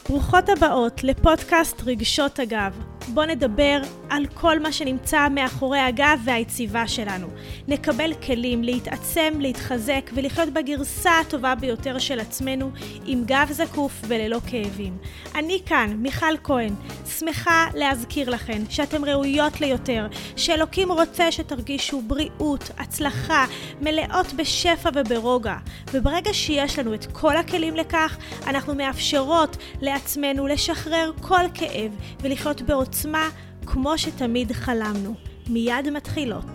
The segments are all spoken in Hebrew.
ברוכות הבאות לפודקאסט רגשות הגב. בוא נדבר על כל מה שנמצא מאחורי הגב והיציבה שלנו. נקבל כלים להתעצם, להתחזק ולחיות בגרסה הטובה ביותר של עצמנו עם גב זקוף וללא כאבים. אני כאן, מיכל כהן, שמחה להזכיר לכן שאתם ראויות ליותר, שאלוקים רוצה שתרגישו בריאות, הצלחה, מלאות בשפע וברוגע. וברגע שיש לנו את כל הכלים לכך, אנחנו מאפשרות לעצמנו לשחרר כל כאב ולחיות בעוצמה כמו שתמיד חלמנו. מיד מתחילות.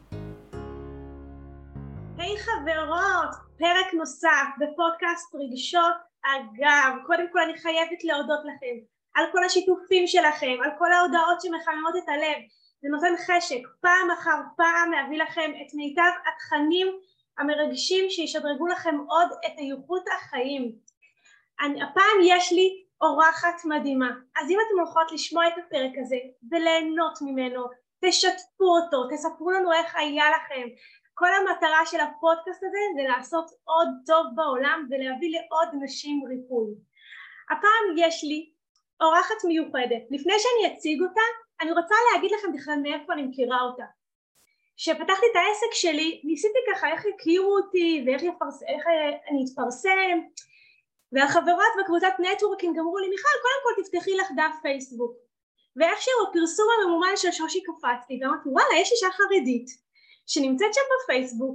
היי חברות, פרק נוסף בפודקאסט רגשות הגב. קודם כל אני חייבת להודות לכם על כל השיתופים שלכם, על כל ההודעות שמחממות את הלב. זה נותן חשק, פעם אחר פעם להביא לכם את מיטב התכנים המרגשים שישדרגו לכם עוד את איכות החיים. הפעם יש לי אורחת מדהימה, אז אם אתם הולכות לשמוע את הפרק הזה וליהנות ממנו, תשתפו אותו, תספרו לנו איך היה לכם. כל המטרה של הפודקאסט הזה זה לעשות עוד טוב בעולם ולהביא לעוד נשים ריפוי. הפעם יש לי אורחת מיוחדת. לפני שאני אציג אותה, אני רוצה להגיד לכם בכלל מאיפה אני מכירה אותה. כשפתחתי את העסק שלי, ניסיתי ככה איך הכירו אותי ואיך אני אתפרסם, והחברות בקבוצת נטוורקינג אמרו לי, מיכל, קודם כל תפתחי לך דף פייסבוק. ואיכשהו הפרסום הממומן של שושי קפץ לי, ואמרתי, וואלה, יש אישה חרדית שנמצאת שם בפייסבוק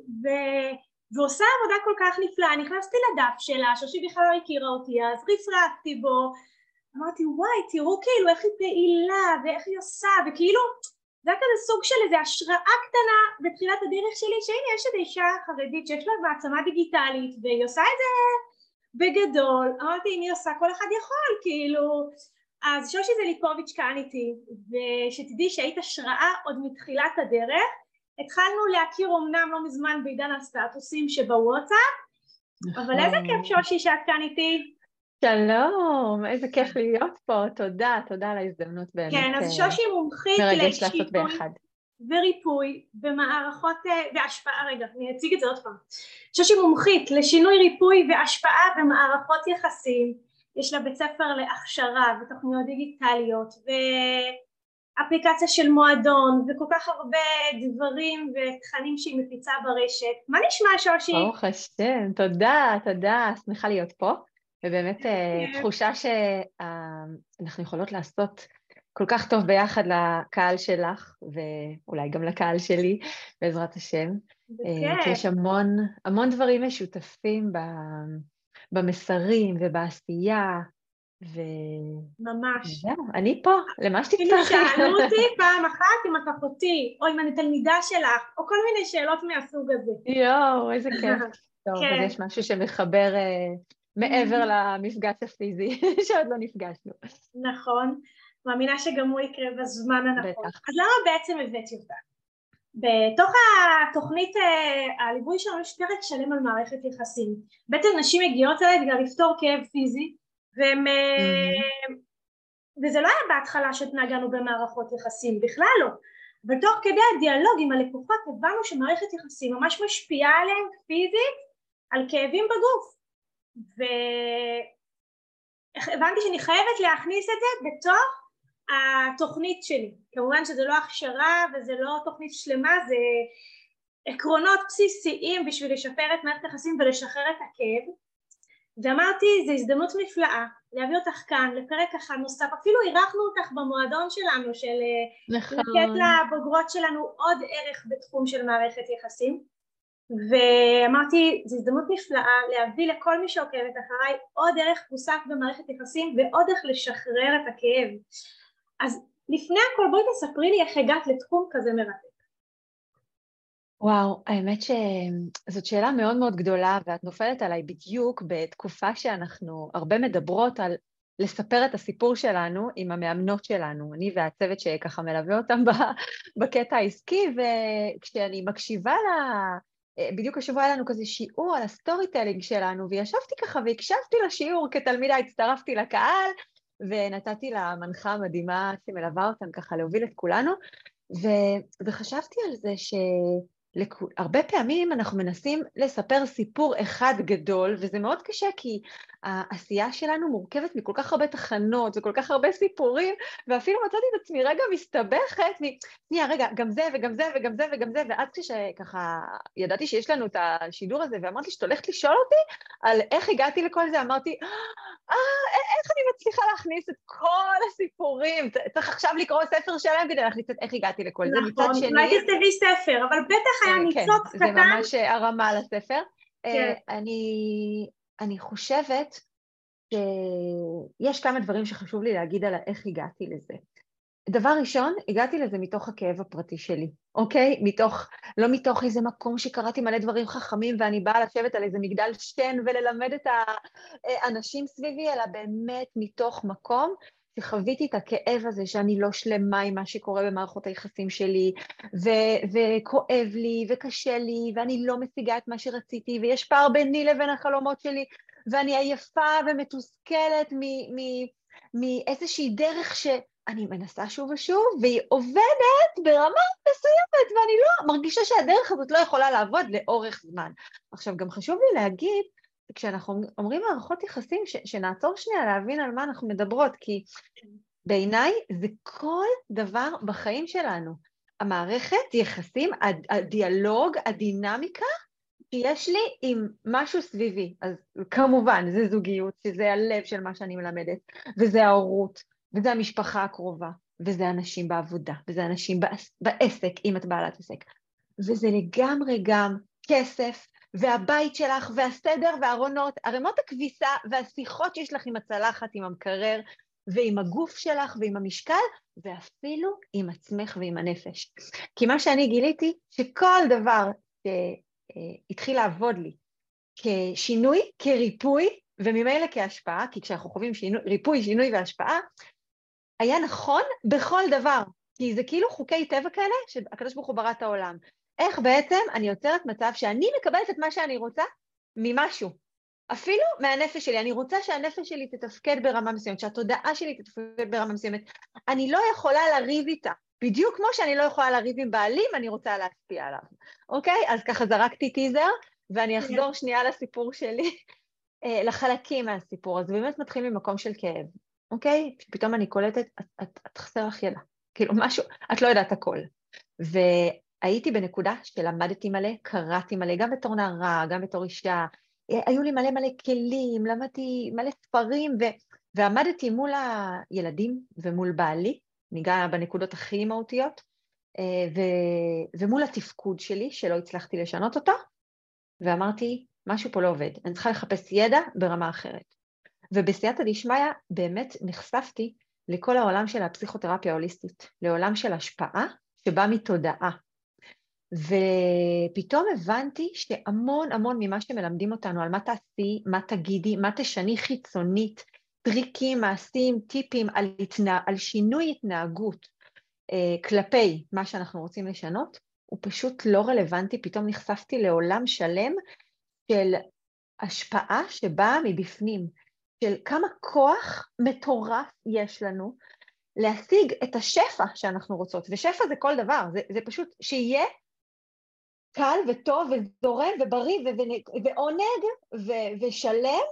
ועושה עבודה כל כך נפלאה. נכנסתי לדף שלה, שושי בכלל לא הכירה אותי, אז רפרקתי בו, אמרתי, וואי, תראו כאילו איך היא פעילה ואיך היא עושה, וכאילו זה היה כזה סוג של איזו השראה קטנה בתחילת הדרך שלי, שהנה יש את אישה חרדית שיש לה מעצמה דיגיטלית והיא עושה את זה בגדול. אמרתי, אם היא עושה, כל אחד יכול, כאילו. אז שושי זליפוביץ' כאן איתי, ושתדעי שהיית השראה עוד מתחילת הדרך. התחלנו להכיר אומנם לא מזמן בעידן הסטטוסים שבוואטסאפ, אבל איזה כיף שושי שאת כאן איתי. שלום, איזה כיף להיות פה, תודה על ההזדמנות באמת. כן, אז שושי מומחית מרגש לעשות ביחד. וריפוי במערכות והשפעה. רגע, אני אציג את זה עוד פעם. שושי מומחית לשינוי ריפוי והשפעה במערכות יחסים. יש לה בית ספר להכשרה ותוכניות דיגיטליות ואפליקציה של מועדון וכל כך הרבה דברים ותכנים שהיא מפיצה ברשת. מה נשמע שושי? ברוך השם, תודה, שמחה להיות פה. ובאמת תחושה שאנחנו יכולות לעשות כל כך טוב ביחד לקהל שלך, ואולי גם לקהל שלי, בעזרת השם. כי יש המון דברים משותפים במסרים ובעשייה, ממש. אני פה, למה שתצטרכי. שאלו אותי פעם אחת אם את אחותי, או אם אני תלמידה שלך, או כל מיני שאלות מהסוג הזה. יואו, איזה כיף. טוב, אז יש משהו שמחבר מעבר למפגש הפיזי, שעוד לא נפגשנו. נכון. מאמינה שגם הוא יקרה בזמן הנכון. בטח. אז למה בעצם הבאתי אותה? בתוך התוכנית הליווי שלנו יש פרק שלם על מערכת יחסים. בעצם נשים מגיעות אליי בגלל לפתור כאב פיזי, וזה לא היה בהתחלה שהתנהגנו במערכות יחסים, בכלל לא. אבל תוך כדי הדיאלוג עם הלקוחות הבנו שמערכת יחסים ממש משפיעה עליהם פיזית על כאבים בגוף. והבנתי שאני חייבת להכניס את זה בתוך התוכנית שלי. כמובן שזה לא הכשרה וזה לא תוכנית שלמה, זה עקרונות בסיסיים בשביל לשפר את מערכת היחסים ולשחרר את הכאב. ואמרתי, זו הזדמנות נפלאה להביא אותך כאן לפרק אחד נוסף. אפילו אירחנו אותך במועדון שלנו של לתת לבוגרות שלנו עוד ערך בתחום של מערכת יחסים. ואמרתי, זו הזדמנות נפלאה להביא לכל מי שעוקבת אחריי עוד ערך מוסף במערכת יחסים ועוד איך לשחרר את הכאב. אז לפני הכל בואי תספרי לי איך הגעת לתחום כזה מרתק. וואו, האמת שזאת שאלה מאוד מאוד גדולה, ואת נופלת עליי בדיוק בתקופה שאנחנו הרבה מדברות על לספר את הסיפור שלנו עם המאמנות שלנו, אני והצוות שככה מלווה אותם בקטע העסקי, וכשאני מקשיבה בדיוק השבוע היה לנו כזה שיעור על הסטורי טלינג שלנו, וישבתי ככה והקשבתי לשיעור כתלמידה, הצטרפתי לקהל, ונתתי למנחה המדהימה שמלווה אותם ככה להוביל את כולנו, וחשבתי על זה הרבה פעמים אנחנו מנסים לספר סיפור אחד גדול, וזה מאוד קשה כי העשייה שלנו מורכבת מכל כך הרבה תחנות וכל כך הרבה סיפורים, ואפילו מצאתי את עצמי רגע מסתבכת, שנייה, רגע, גם זה וגם זה וגם זה וגם זה, ואז כשככה ידעתי שיש לנו את השידור הזה, ואמרתי שאת הולכת לשאול אותי על איך הגעתי לכל זה, אמרתי, איך אני מצליחה להכניס את כל הסיפורים? צריך עכשיו לקרוא ספר שלם כדי להכניס את איך הגעתי לכל זה. מצד נכון, שני... אולי תכתבי ספר, אבל בטח היה כן, ניצוץ זה קטן. ממש הרמה לספר. כן. אני חושבת שיש כמה דברים שחשוב לי להגיד על איך הגעתי לזה. דבר ראשון, הגעתי לזה מתוך הכאב הפרטי שלי, אוקיי? לא מתוך איזה מקום שקראתי מלא דברים חכמים ואני באה לשבת על איזה מגדל שן וללמד את האנשים סביבי, אלא באמת מתוך מקום שחוויתי את הכאב הזה שאני לא שלמה עם מה שקורה במערכות היחסים שלי, וכואב לי וקשה לי ואני לא משיגה את מה שרציתי ויש פער ביני לבין החלומות שלי ואני עייפה ומתוסכלת מאיזושהי דרך אני מנסה שוב ושוב, והיא עובדת ברמה מסוימת, ואני לא מרגישה שהדרך הזאת לא יכולה לעבוד לאורך זמן. עכשיו, גם חשוב לי להגיד, כשאנחנו אומרים מערכות יחסים, שנעצור שנייה להבין על מה אנחנו מדברות, כי בעיניי זה כל דבר בחיים שלנו. המערכת יחסים, הדיאלוג, הדינמיקה, שיש לי עם משהו סביבי. אז כמובן, זה זוגיות, שזה הלב של מה שאני מלמדת, וזה ההורות. וזה המשפחה הקרובה, וזה אנשים בעבודה, וזה אנשים בעסק, אם את בעלת עסק. וזה לגמרי גם כסף, והבית שלך, והסדר, והארונות, ערימות הכביסה, והשיחות שיש לך עם הצלחת, עם המקרר, ועם הגוף שלך, ועם המשקל, ואפילו עם עצמך ועם הנפש. כי מה שאני גיליתי, שכל דבר שהתחיל לעבוד לי, כשינוי, כריפוי, וממילא כהשפעה, כי כשאנחנו חווים ריפוי, שינוי והשפעה, היה נכון בכל דבר, כי זה כאילו חוקי טבע כאלה, שהקדוש ברוך הוא ברא את העולם. איך בעצם אני יוצרת מצב שאני מקבלת את מה שאני רוצה ממשהו, אפילו מהנפש שלי. אני רוצה שהנפש שלי תתפקד ברמה מסוימת, שהתודעה שלי תתפקד ברמה מסוימת. אני לא יכולה לריב איתה, בדיוק כמו שאני לא יכולה לריב עם בעלים, אני רוצה להשפיע עליו. אוקיי? אז ככה זרקתי טיזר, ואני אחזור שנייה לסיפור שלי, לחלקים מהסיפור. אז באמת מתחיל ממקום של כאב. אוקיי? פתאום אני קולטת, את חסר לך ידע. כאילו משהו, את לא יודעת הכל. והייתי בנקודה שלמדתי מלא, קראתי מלא, גם בתור נערה, גם בתור אישה. היו לי מלא מלא כלים, למדתי מלא ספרים, ועמדתי מול הילדים ומול בעלי, ניגע בנקודות הכי מהותיות, ומול התפקוד שלי, שלא הצלחתי לשנות אותו, ואמרתי, משהו פה לא עובד, אני צריכה לחפש ידע ברמה אחרת. ובסייעתא דשמיא באמת נחשפתי לכל העולם של הפסיכותרפיה ההוליסטית, לעולם של השפעה שבא מתודעה. ופתאום הבנתי שהמון המון ממה שמלמדים אותנו על מה תעשי, מה תגידי, מה תשני חיצונית, טריקים, מעשים, טיפים על שינוי התנהגות כלפי מה שאנחנו רוצים לשנות, הוא פשוט לא רלוונטי. פתאום נחשפתי לעולם שלם של השפעה שבאה מבפנים, של כמה כוח מטורף יש לנו להשיג את השפע שאנחנו רוצות. ושפע זה כל דבר, זה פשוט שיהיה קל וטוב וזורם ובריא ועונג ושלם.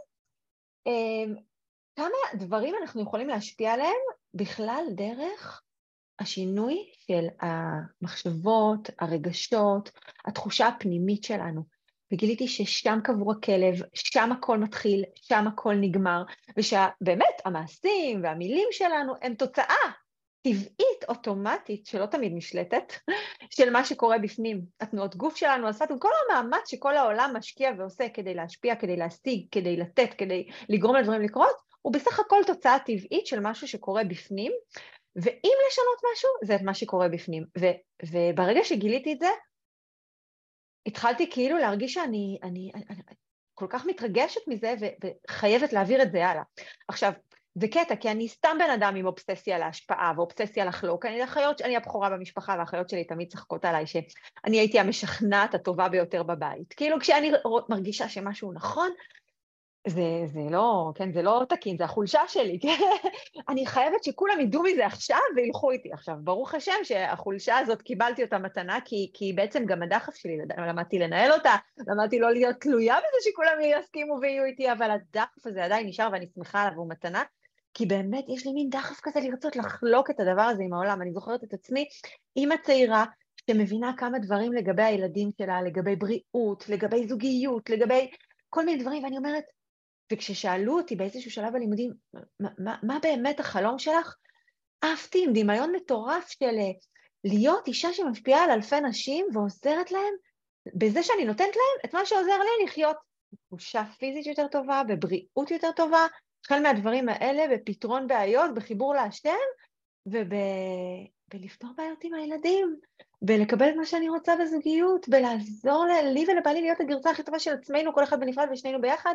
כמה דברים אנחנו יכולים להשפיע עליהם בכלל דרך השינוי של המחשבות, הרגשות, התחושה הפנימית שלנו. וגיליתי ששם קבור הכלב, שם הכל מתחיל, שם הכל נגמר, ושבאמת המעשים והמילים שלנו הם תוצאה טבעית, אוטומטית, שלא תמיד משלטת, של מה שקורה בפנים. התנועות גוף שלנו, עשיתם כל המאמץ שכל העולם משקיע ועושה כדי להשפיע, כדי להשיג, כדי לתת, כדי לגרום לדברים לקרות, הוא בסך הכל תוצאה טבעית של משהו שקורה בפנים, ואם לשנות משהו, זה את מה שקורה בפנים. וברגע שגיליתי את זה, התחלתי כאילו להרגיש שאני כל כך מתרגשת מזה, וחייבת להעביר את זה הלאה. עכשיו, זה קטע, כי אני סתם בן אדם עם אובססיה להשפעה, ואובססיה לחלוק. אני הבכורה במשפחה, והאחיות שלי תמיד צחקות עליי, שאני הייתי המשכנעת הטובה ביותר בבית. כאילו כשאני מרגישה שמשהו נכון, זה לא, כן, זה לא תקין, זה החולשה שלי, כן? אני חייבת שכולם ידעו מזה עכשיו וילכו איתי. עכשיו, ברוך השם שהחולשה הזאת קיבלתי אותה מתנה, כי בעצם גם הדחף שלי, למדתי לנהל אותה, למדתי לא להיות תלויה בזה שכולם יסכימו ויהיו איתי, אבל הדחף הזה עדיין נשאר ואני שמחה עליו, הוא מתנה, כי באמת יש לי מין דחף כזה לרצות לחלוק את הדבר הזה עם העולם. אני זוכרת את עצמי, אמא צעירה, שמבינה כמה דברים לגבי הילדים שלה, לגבי בריאות, לגבי זוגיות, לגבי כל מיני דברים, ואני אומרת, וכששאלו אותי באיזשהו שלב בלימודים, מה באמת החלום שלך? עפתי עם דמיון מטורף של להיות אישה שמשפיעה על אלפי נשים ועוזרת להם, בזה שאני נותנת להם את מה שעוזר לי לחיות תחושה פיזית יותר טובה, בבריאות יותר טובה, החל מהדברים האלה, בפתרון בעיות, בחיבור להשם, ובלפתור בעיות עם הילדים, ולקבל את מה שאני רוצה בזוגיות, ולעזור לי ולבעלי להיות הגרסה הכי טובה של עצמנו, כל אחד בנפרד ושנינו ביחד.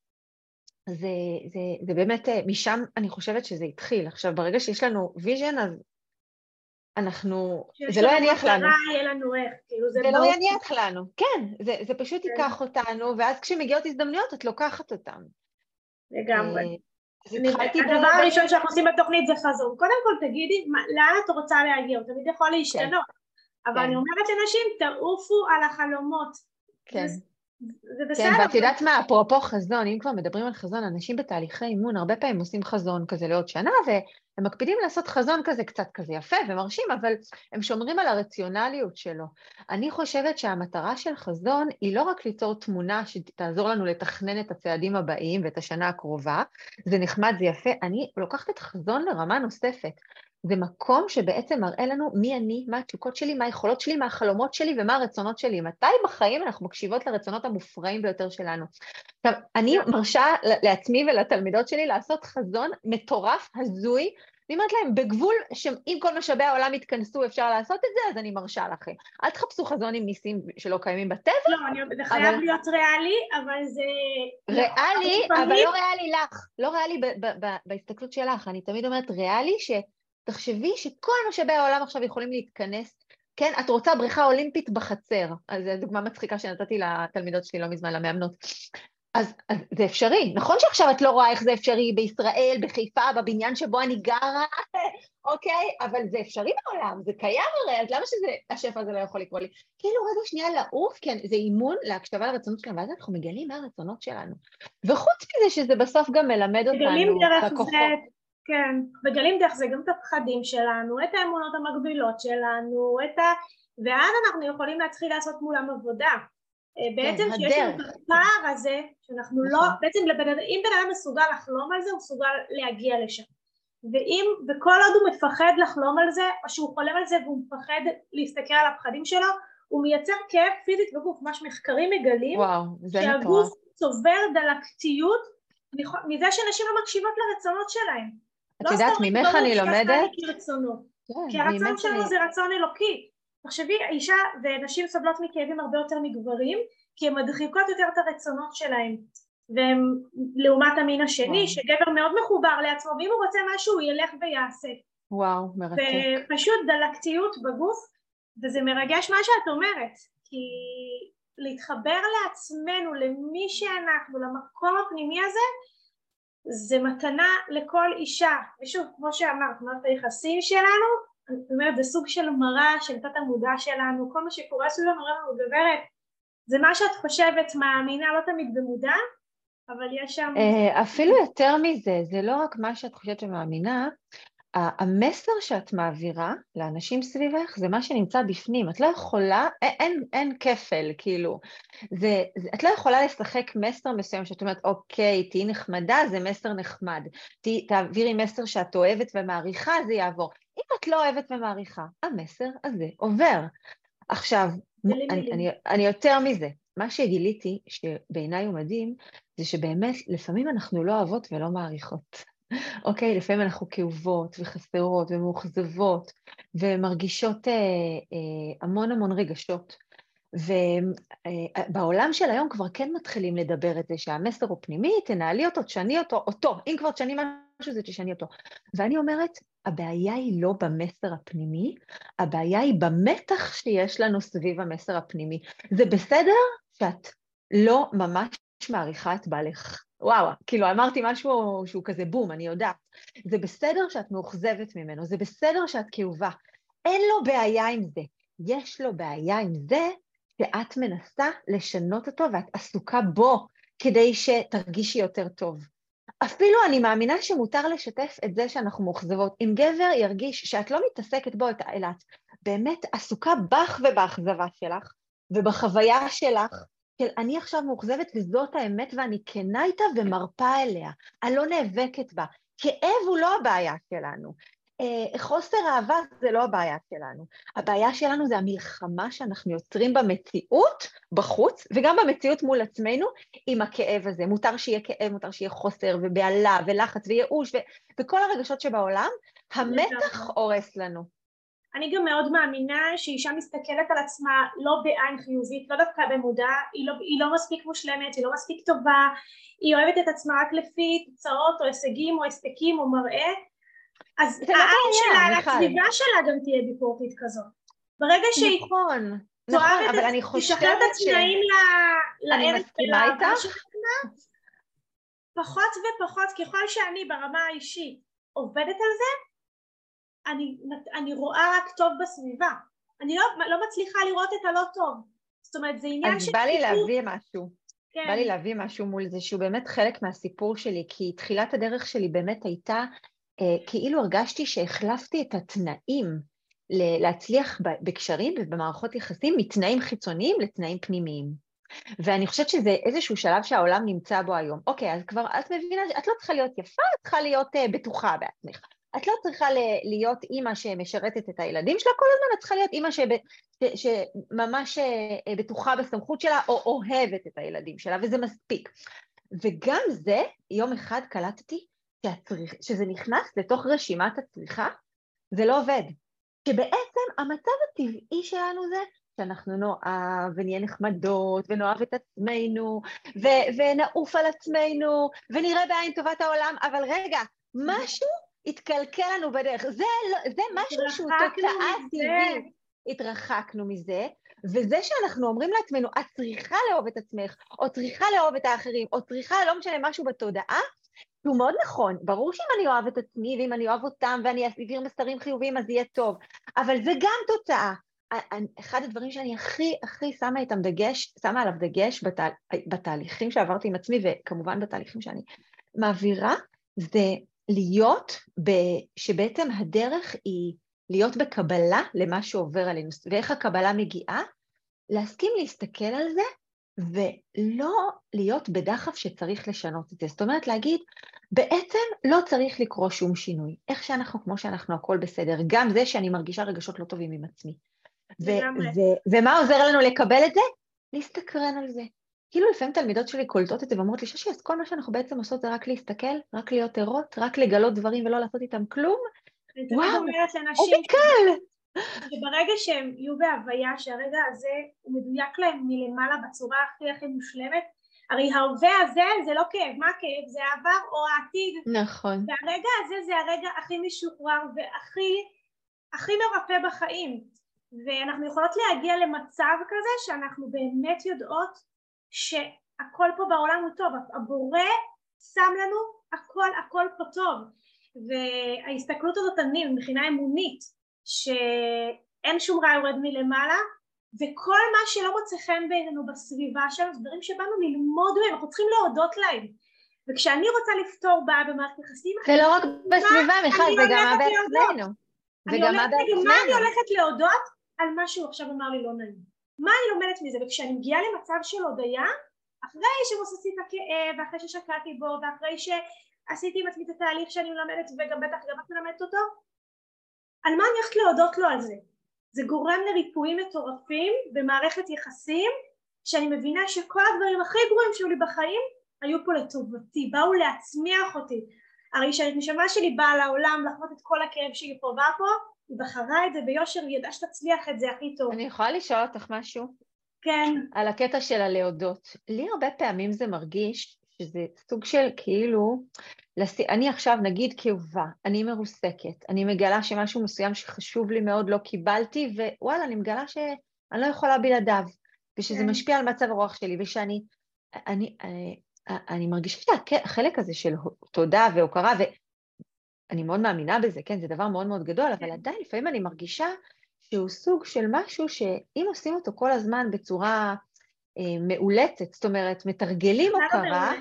זה באמת, משם אני חושבת שזה התחיל. עכשיו, ברגע שיש לנו ויז'ן, אז אנחנו, זה לא יניח לנו. יהיה לנו איך, כאילו זה לא יניח לנו, כן, זה פשוט ייקח אותנו, ואז כשמגיעות הזדמנויות, את לוקחת אותן. לגמרי. הדבר הראשון שאנחנו עושים בתוכנית זה חזון. קודם כל תגידי, לאן את רוצה להגיע? הוא תמיד יכול להשתנות. אבל אני אומרת לנשים, תעופו על החלומות. כן. זה בסדר. כן, ואת יודעת מה, אפרופו חזון, אם כבר מדברים על חזון, אנשים בתהליכי אימון הרבה פעמים עושים חזון כזה לעוד שנה, והם מקפידים לעשות חזון כזה קצת כזה יפה ומרשים, אבל הם שומרים על הרציונליות שלו. אני חושבת שהמטרה של חזון היא לא רק ליצור תמונה שתעזור לנו לתכנן את הצעדים הבאים ואת השנה הקרובה, זה נחמד, זה יפה, אני לוקחת את חזון לרמה נוספת. זה מקום שבעצם מראה לנו מי אני, מה התשוקות שלי, מה היכולות שלי, מה החלומות שלי ומה הרצונות שלי. מתי בחיים אנחנו מקשיבות לרצונות המופרעים ביותר שלנו. עכשיו, אני מרשה לעצמי ולתלמידות שלי לעשות חזון מטורף, הזוי, אני אומרת להם, בגבול שאם כל משאבי העולם יתכנסו אפשר לעשות את זה, אז אני מרשה לכם. אל תחפשו חזון עם ניסים שלא קיימים בטבע. לא, זה חייב להיות ריאלי, אבל זה... ריאלי, אבל לא ריאלי לך. לא ריאלי בהסתכלות שלך. אני תמיד אומרת ריאלי תחשבי שכל משאבי העולם עכשיו יכולים להתכנס, כן? את רוצה בריכה אולימפית בחצר, אז זו דוגמה מצחיקה שנתתי לתלמידות שלי לא מזמן, למאמנות. אז זה אפשרי, נכון שעכשיו את לא רואה איך זה אפשרי בישראל, בחיפה, בבניין שבו אני גרה, אוקיי? אבל זה אפשרי בעולם, זה קיים הרי, אז למה שהשפע הזה לא יכול לקרוא לי? כאילו רגע שנייה לעוף, כן, זה אימון להקשבה לרצונות שלנו, ואז אנחנו מגלים מה הרצונות שלנו. וחוץ מזה שזה בסוף גם מלמד אותנו בכוחות. כן, מגלים דרך זה גם את הפחדים שלנו, את האמונות המקבילות שלנו, ואז אנחנו יכולים להתחיל לעשות מולם עבודה. בעצם שיש לנו את הפער הזה, שאנחנו לא, בעצם אם בן אדם מסוגל לחלום על זה, הוא מסוגל להגיע לשם. וכל עוד הוא מפחד לחלום על זה, או שהוא חולם על זה והוא מפחד להסתכל על הפחדים שלו, הוא מייצר כאב פיזית בגוף, ממש מחקרים מגלים, שהגוף צובר דלקתיות, מזה שאנשים לא מקשיבות לרצונות שלהם. את יודעת, ממך אני לומדת? כי הרצון שלנו זה רצון אלוקי. תחשבי, אישה ונשים סובלות מכאבים הרבה יותר מגברים, כי הן מדחיקות יותר את הרצונות שלהם. והם לעומת המין השני, שגבר מאוד מחובר לעצמו, ואם הוא רוצה משהו, הוא ילך ויעשה. וואו, מרתק. ופשוט דלקתיות בגוף, וזה מרגש מה שאת אומרת, כי להתחבר לעצמנו, למי שאנחנו, למקום הפנימי הזה, זה מתנה לכל אישה, ושוב, כמו שאמרת, מערכת היחסים שלנו, זאת אומרת, זה סוג של מראה של תת המודע שלנו, כל מה שקורה סביבנו, גברת, זה מה שאת חושבת, מאמינה, לא תמיד במודע, אבל יש שם... אפילו יותר מזה, זה לא רק מה שאת חושבת שמאמינה, המסר שאת מעבירה לאנשים סביבך זה מה שנמצא בפנים, את לא יכולה, אין כפל, כאילו, את לא יכולה לשחק מסר מסוים שאת אומרת, אוקיי, תהי נחמדה, זה מסר נחמד, תעבירי מסר שאת אוהבת ומעריכה, זה יעבור. אם את לא אוהבת ומעריכה, המסר הזה עובר. עכשיו, אני יותר מזה, מה שגיליתי, שבעיניי הוא מדהים, זה שבאמת לפעמים אנחנו לא אוהבות ולא מעריכות. אוקיי, לפעמים אנחנו כאובות וחסרות ומאוכזבות ומרגישות המון המון רגשות. ובעולם של היום כבר כן מתחילים לדבר את זה שהמסר הוא פנימי, תנהלי אותו, תשני אותו, אם כבר תשני משהו זה תשני אותו. ואני אומרת, הבעיה היא לא במסר הפנימי, הבעיה היא במתח שיש לנו סביב המסר הפנימי. זה בסדר שאת לא ממש מעריכה את בעלך. וואו, כאילו אמרתי משהו שהוא כזה בום, אני יודעת. זה בסדר שאת מאוכזבת ממנו, זה בסדר שאת כאובה. אין לו בעיה עם זה. יש לו בעיה עם זה שאת מנסה לשנות אותו ואת עסוקה בו כדי שתרגישי יותר טוב. אפילו אני מאמינה שמותר לשתף את זה שאנחנו מאוכזבות. אם גבר ירגיש שאת לא מתעסקת בו, אלא את באמת עסוקה בך ובאכזבה שלך, ובחוויה שלך, של אני עכשיו מאוכזבת וזאת האמת ואני כנה איתה ומרפה אליה. אני לא נאבקת בה. כאב הוא לא הבעיה שלנו. חוסר אהבה זה לא הבעיה שלנו. הבעיה שלנו זה המלחמה שאנחנו יוצרים במציאות, בחוץ, וגם במציאות מול עצמנו, עם הכאב הזה. מותר שיהיה כאב, מותר שיהיה חוסר ובעלה ולחץ וייאוש וכל הרגשות שבעולם, המתח הורס לנו. אני גם מאוד מאמינה שאישה מסתכלת על עצמה לא בעין חיובית, לא דווקא במודע, היא לא מספיק מושלמת, היא לא מספיק טובה, היא אוהבת את עצמה רק לפי תוצאות או הישגים או הספקים או מראה, אז העין שלה על הסביבה שלה גם תהיה ביקורתית כזאת. ברגע שהיא נכון, אבל אני חושבת התנאים אני מסכימה איתך. פחות ופחות, ככל שאני ברמה האישית עובדת על זה, אני רואה רק טוב בסביבה. אני לא מצליחה לראות את הלא טוב. זאת אומרת, זה עניין אז בא לי להביא משהו. כן. בא לי להביא משהו מול זה, שהוא באמת חלק מהסיפור שלי, כי תחילת הדרך שלי באמת הייתה, כאילו הרגשתי שהחלפתי את התנאים להצליח בקשרים ובמערכות יחסים, מתנאים חיצוניים לתנאים פנימיים. ואני חושבת שזה איזשהו שלב שהעולם נמצא בו היום. אוקיי, אז כבר את מבינה, את לא צריכה להיות יפה, את צריכה להיות בטוחה בעצמך. את לא צריכה להיות אימא שמשרתת את הילדים שלה, כל הזמן את צריכה להיות אימא שממש בטוחה בסמכות שלה, או אוהבת את הילדים שלה, וזה מספיק. וגם זה, יום אחד קלטתי שזה נכנס לתוך רשימת הצריכה, זה לא עובד. שבעצם המצב הטבעי שלנו זה, שאנחנו נאהב ונהיה נחמדות ונאהב את עצמנו ונעוף על עצמנו ונראה בעין טובת העולם, אבל רגע, משהו התקלקל לנו בדרך, זה משהו שהוא תוצאה טבעית, התרחקנו מזה, וזה שאנחנו אומרים לעצמנו, את צריכה לאהוב את עצמך, או צריכה לאהוב את האחרים, או צריכה, לא משנה משהו בתודעה, הוא מאוד נכון, ברור שאם אני אוהב את עצמי, ואם אני אוהב אותם, ואני אעביר מסרים חיוביים, אז יהיה טוב, אבל זה גם תוצאה. אחד הדברים שאני הכי שמה עליו דגש בתהליכים שעברתי עם עצמי, וכמובן בתהליכים שאני מעבירה, זה להיות, שבעצם הדרך היא להיות בקבלה למה שעובר עלינו, ואיך הקבלה מגיעה, להסכים להסתכל על זה, ולא להיות בדחף שצריך לשנות את זה. זאת אומרת להגיד, בעצם לא צריך לקרוא שום שינוי. איך שאנחנו, כמו שאנחנו, הכל בסדר. גם זה שאני מרגישה רגשות לא טובים עם עצמי. ומה עוזר לנו לקבל את זה? להסתקרן על זה. כאילו לפעמים תלמידות שלי קולטות את זה ואומרות לי, ששי, אז כל מה שאנחנו בעצם עושות זה רק להסתכל, רק להיות ערות, רק לגלות דברים ולא לעשות איתם כלום. וואו, איזה קל! שברגע שהם יהיו בהוויה שהרגע הזה הוא מדויק להם מלמעלה בצורה הכי מושלמת, הרי ההווה הזה זה לא כאב, מה כאב? זה העבר או העתיד. נכון. והרגע הזה זה הרגע הכי משוחרר והכי מרפא בחיים. ואנחנו יכולות להגיע למצב כזה שאנחנו באמת יודעות שהכל פה בעולם הוא טוב, הבורא שם לנו הכל פה טוב. וההסתכלות הזאת אני מבחינה אמונית, שאין שום רע יורד מלמעלה, וכל מה שלא מוצא חן בעינינו בסביבה שלנו, זה דברים שבאנו ללמוד מהם, אנחנו צריכים להודות להם. וכשאני רוצה לפתור בעיה במערכת יחסים, זה לא רק בסביבה, מיכל, זה גם בעצמנו. מה אני הולכת להודות על מה שהוא עכשיו אמר לי לא נעים? מה אני לומדת מזה? וכשאני מגיעה למצב של הודיה, אחרי שמוססתי את הכאב, ואחרי ששקעתי בו, ואחרי שעשיתי עם עצמי את התהליך שאני מלמדת, וגם בטח גם את מלמדת אותו, על מה אני הולכת להודות לו על זה? זה גורם לריפויים מטורפים במערכת יחסים, שאני מבינה שכל הדברים הכי גרועים שהיו לי בחיים, היו פה לטובתי, באו להצמיח אותי. הרי שהנשמה שלי באה לעולם לחוות את כל הכאב שהיא פה באה פה, היא בחרה את זה ביושר, היא ידעה שתצליח את זה הכי טוב. אני יכולה לשאול אותך משהו? כן. על הקטע של הלהודות. לי הרבה פעמים זה מרגיש שזה סוג של כאילו, אני עכשיו נגיד כאובה, אני מרוסקת, אני מגלה שמשהו מסוים שחשוב לי מאוד לא קיבלתי, ווואלה, אני מגלה שאני לא יכולה בלעדיו, ושזה משפיע על מצב הרוח שלי, ושאני אני מרגישה שהחלק הזה של תודה והוקרה, ואני מאוד מאמינה בזה, כן, זה דבר מאוד מאוד גדול, אבל עדיין לפעמים אני מרגישה שהוא סוג של משהו שאם עושים אותו כל הזמן בצורה מאולצת, זאת אומרת, מתרגלים הוקרה,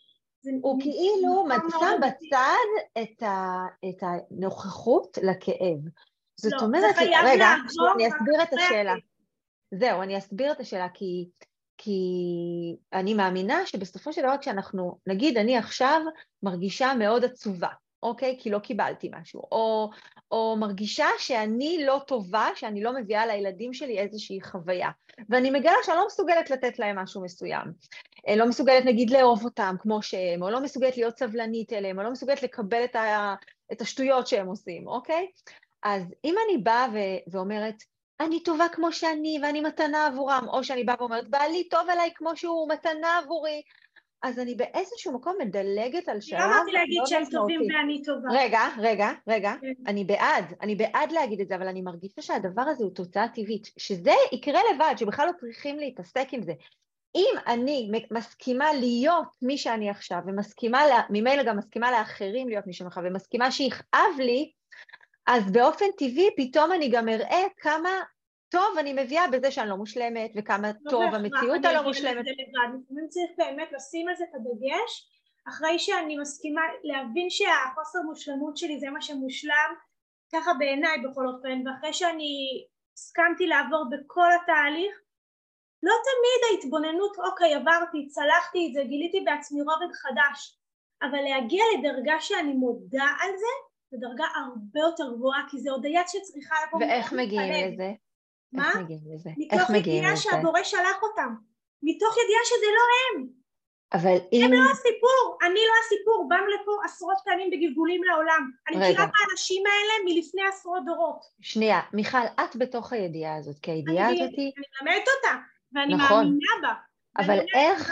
הוא כאילו שם בצד את הנוכחות לכאב. זאת אומרת, רגע, אני אסביר את השאלה. זהו, אני אסביר את השאלה, כי אני מאמינה שבסופו של דבר כשאנחנו, נגיד אני עכשיו מרגישה מאוד עצובה, אוקיי? כי לא קיבלתי משהו, או מרגישה שאני לא טובה, שאני לא מביאה לילדים שלי איזושהי חוויה, ואני מגלה שאני לא מסוגלת לתת להם משהו מסוים, לא מסוגלת נגיד לאהוב אותם כמו שהם, או לא מסוגלת להיות סבלנית אליהם, או לא מסוגלת לקבל את השטויות שהם עושים, אוקיי? אז אם אני באה ואומרת, אני טובה כמו שאני, ואני מתנה עבורם, או שאני באה ואומרת, בעלי טוב אליי כמו שהוא מתנה עבורי, אז אני באיזשהו מקום מדלגת על שלב. לא אמרתי להגיד שהם טובים ואני טובה. רגע, אני בעד להגיד את זה, אבל אני מרגישה שהדבר הזה הוא תוצאה טבעית, שזה יקרה לבד, שבכלל לא צריכים להתעסק עם זה. אם אני מסכימה להיות מי שאני עכשיו, ומסכימה, ממילא גם מסכימה לאחרים להיות מי שמחה, ומסכימה שיכאב לי, אז באופן טבעי פתאום אני גם אראה כמה טוב אני מביאה בזה שאני לא מושלמת, וכמה טוב המציאות הלא מושלמת. לפעמים צריך באמת לשים על זה את הדגש, אחרי שאני מסכימה להבין שהחוסר מושלמות שלי זה מה שמושלם, ככה בעיניי בכל אופן, ואחרי שאני הסכמתי לעבור בכל התהליך, לא תמיד ההתבוננות, אוקיי, עברתי, צלחתי את זה, גיליתי בעצמי רובד חדש, אבל להגיע לדרגה שאני מודה על זה, זו דרגה הרבה יותר גבוהה, כי זה הודיה שצריכה לבוא. ואיך מגיעים לזה? מה? איך מגיעים לזה? מתוך ידיעה שהבורא שלח אותם, מתוך ידיעה שזה לא הם. אבל אם... הם לא הסיפור, אני לא הסיפור, באנו לפה עשרות פעמים בגלגולים לעולם. אני מכירה את האנשים האלה מלפני עשרות דורות. שנייה, מיכל, את בתוך הידיעה הזאת, כי הידיעה הזאת היא... אני מלמדת אותה, ואני מאמינה בה. אבל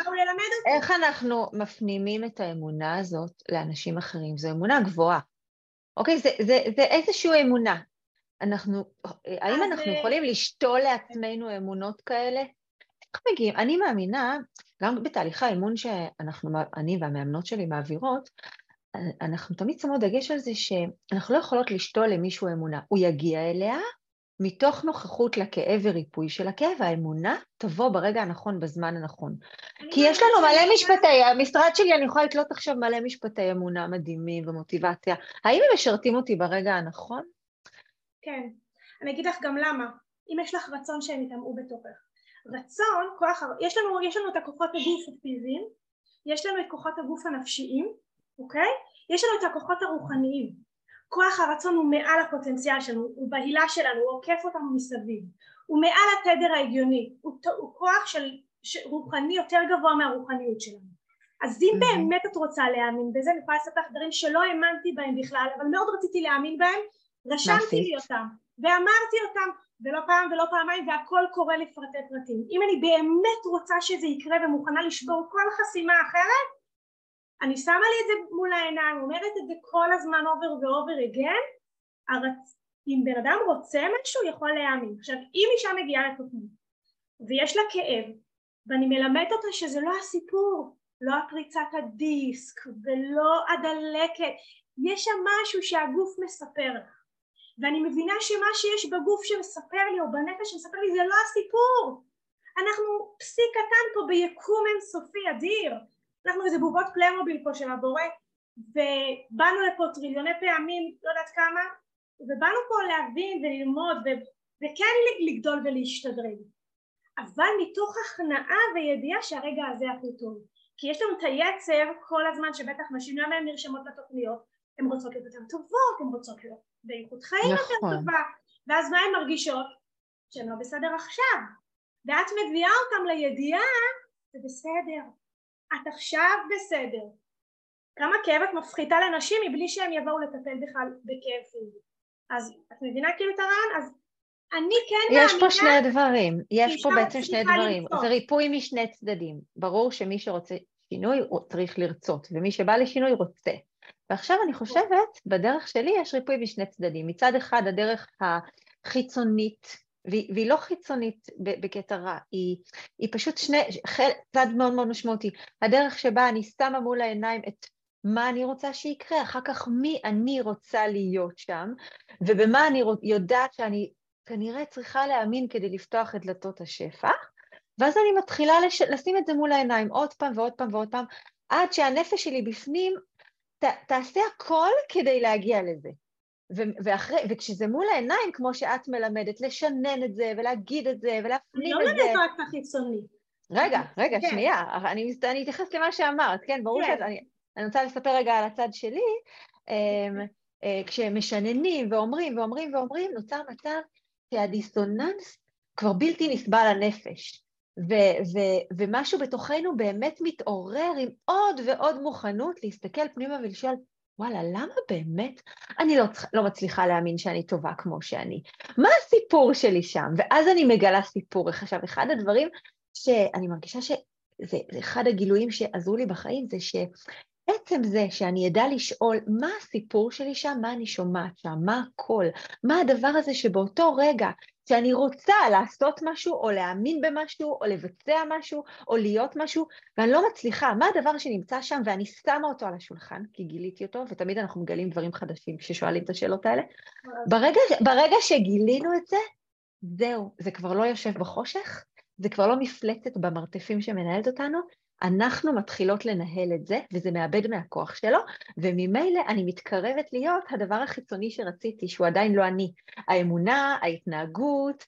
איך אנחנו מפנימים את האמונה הזאת לאנשים אחרים? זו אמונה גבוהה. אוקיי, זה איזושהי אמונה. האם אנחנו יכולים לשתול לעצמנו אמונות כאלה? איך מגיעים? אני מאמינה, גם בתהליך האמון שאני והמאמנות שלי מעבירות, אנחנו תמיד שמות דגש על זה שאנחנו לא יכולות לשתול למישהו אמונה. הוא יגיע אליה מתוך נוכחות לכאב וריפוי של הכאב, האמונה תבוא ברגע הנכון, בזמן הנכון. כי יש לנו מלא משפטי, המשרד שלי אני יכולה לתלות עכשיו מלא משפטי אמונה מדהימים ומוטיבציה. האם הם משרתים אותי ברגע הנכון? כן, אני אגיד לך גם למה. אם יש לך רצון שהם יתאמרו בתוכך. רצון, יש לנו את הכוחות הגוף הפיזיים, יש לנו את כוחות הגוף הנפשיים, אוקיי? יש לנו את הכוחות הרוחניים. כוח הרצון הוא מעל הפוטנציאל שלנו, הוא בהילה שלנו, הוא עוקף אותנו מסביב, הוא מעל התדר ההגיוני, הוא כוח רוחני יותר גבוה מהרוחניות שלנו. אז אם באמת את רוצה להאמין בזה, אני יכולה לספר לך דברים שלא האמנתי בהם בכלל, אבל מאוד רציתי להאמין בהם, רשמתי לי אותם, ואמרתי אותם, ולא פעם ולא פעמיים, והכל קורה לפרטי פרטים. אם אני באמת רוצה שזה יקרה ומוכנה לשבור כל חסימה אחרת, אני שמה לי את זה מול העיניים, אומרת את זה כל הזמן over ו-over again, אם בן אדם רוצה משהו יכול להאמין. עכשיו, אם אישה מגיעה לתוכנית, ויש לה כאב, ואני מלמדת אותה שזה לא הסיפור, לא הפריצת הדיסק, ולא הדלקת, יש שם משהו שהגוף מספר לך. ואני מבינה שמה שיש בגוף שמספר לי, או בנפש שמספר לי, זה לא הסיפור. אנחנו פסיק קטן פה ביקום אינסופי אדיר. אנחנו איזה בובות פליימוביל פה של הבורא, ובאנו לפה טריליוני פעמים, לא יודעת כמה, ובאנו פה להבין וללמוד, וכן לגדול ולהשתדרג. אבל מתוך הכנעה וידיעה שהרגע הזה הכי טוב. כי יש לנו את היצר כל הזמן שבטח נשים למה הן נרשמות לתוכניות, הן רוצות להיות יותר טובות, הן רוצות להיות באיכות חיים יותר טובה, ואז מה הן מרגישות? שהן לא בסדר עכשיו, ואת מביאה אותם לידיעה, זה בסדר, את עכשיו בסדר. כמה כאב את מפחיתה לנשים מבלי שהם יבואו לטפל בכלל בכאב פיזי. אז את מבינה כאילו את הרעיון? אז אני כן מאמינה... יש פה שני דברים, יש פה בעצם שני דברים. זה ריפוי משני צדדים. ברור שמי שרוצה שינוי הוא צריך לרצות, ומי שבא לשינוי רוצה. ועכשיו אני חושבת, בדרך שלי יש ריפוי משני צדדים. מצד אחד הדרך החיצונית והיא לא חיצונית בקטע רע, היא פשוט צד מאוד מאוד משמעותי. הדרך שבה אני שמה מול העיניים את מה אני רוצה שיקרה, אחר כך מי אני רוצה להיות שם, ובמה אני יודעת שאני כנראה צריכה להאמין כדי לפתוח את דלתות השפע, ואז אני מתחילה לשים את זה מול העיניים עוד פעם ועוד פעם ועוד פעם, עד שהנפש שלי בפנים תעשה הכל כדי להגיע לזה. וכשזה מול העיניים, כמו שאת מלמדת, לשנן את זה ולהגיד את זה ולהפנים את זה. אני לא מלמדת רק את החיצוני. רגע, שנייה, אני אתייחס למה שאמרת, כן, ברור שאני רוצה לספר רגע על הצד שלי, כשמשננים ואומרים, נוצר מצב שהדיסוננס כבר בלתי נסבל לנפש, ומשהו בתוכנו באמת מתעורר עם עוד ועוד מוכנות להסתכל פנימה ולשאול, וואלה, למה באמת אני לא מצליחה להאמין שאני טובה כמו שאני? מה הסיפור שלי שם? ואז אני מגלה סיפור. עכשיו, אחד הדברים שאני מרגישה שזה אחד הגילויים שעזרו לי בחיים, זה שעצם זה שאני ידע לשאול מה הסיפור שלי שם, מה אני שומעת שם, מה הכל, מה הדבר הזה שבאותו רגע שאני רוצה לעשות משהו, או להאמין במשהו, או לבצע משהו, או להיות משהו, ואני לא מצליחה, מה הדבר שנמצא שם, ואני שמה אותו על השולחן, כי גיליתי אותו, ותמיד אנחנו מגלים דברים חדשים כששואלים את השאלות האלה. ברגע שגילינו את זה, זהו, זה כבר לא יושב בחושך, זה כבר לא מפלצת במרתפים שמנהלת אותנו, אנחנו מתחילות לנהל את זה, וזה מאבד מהכוח שלו, וממילא אני מתקרבת להיות הדבר החיצוני שרציתי, שהוא עדיין לא אני. האמונה, ההתנהגות,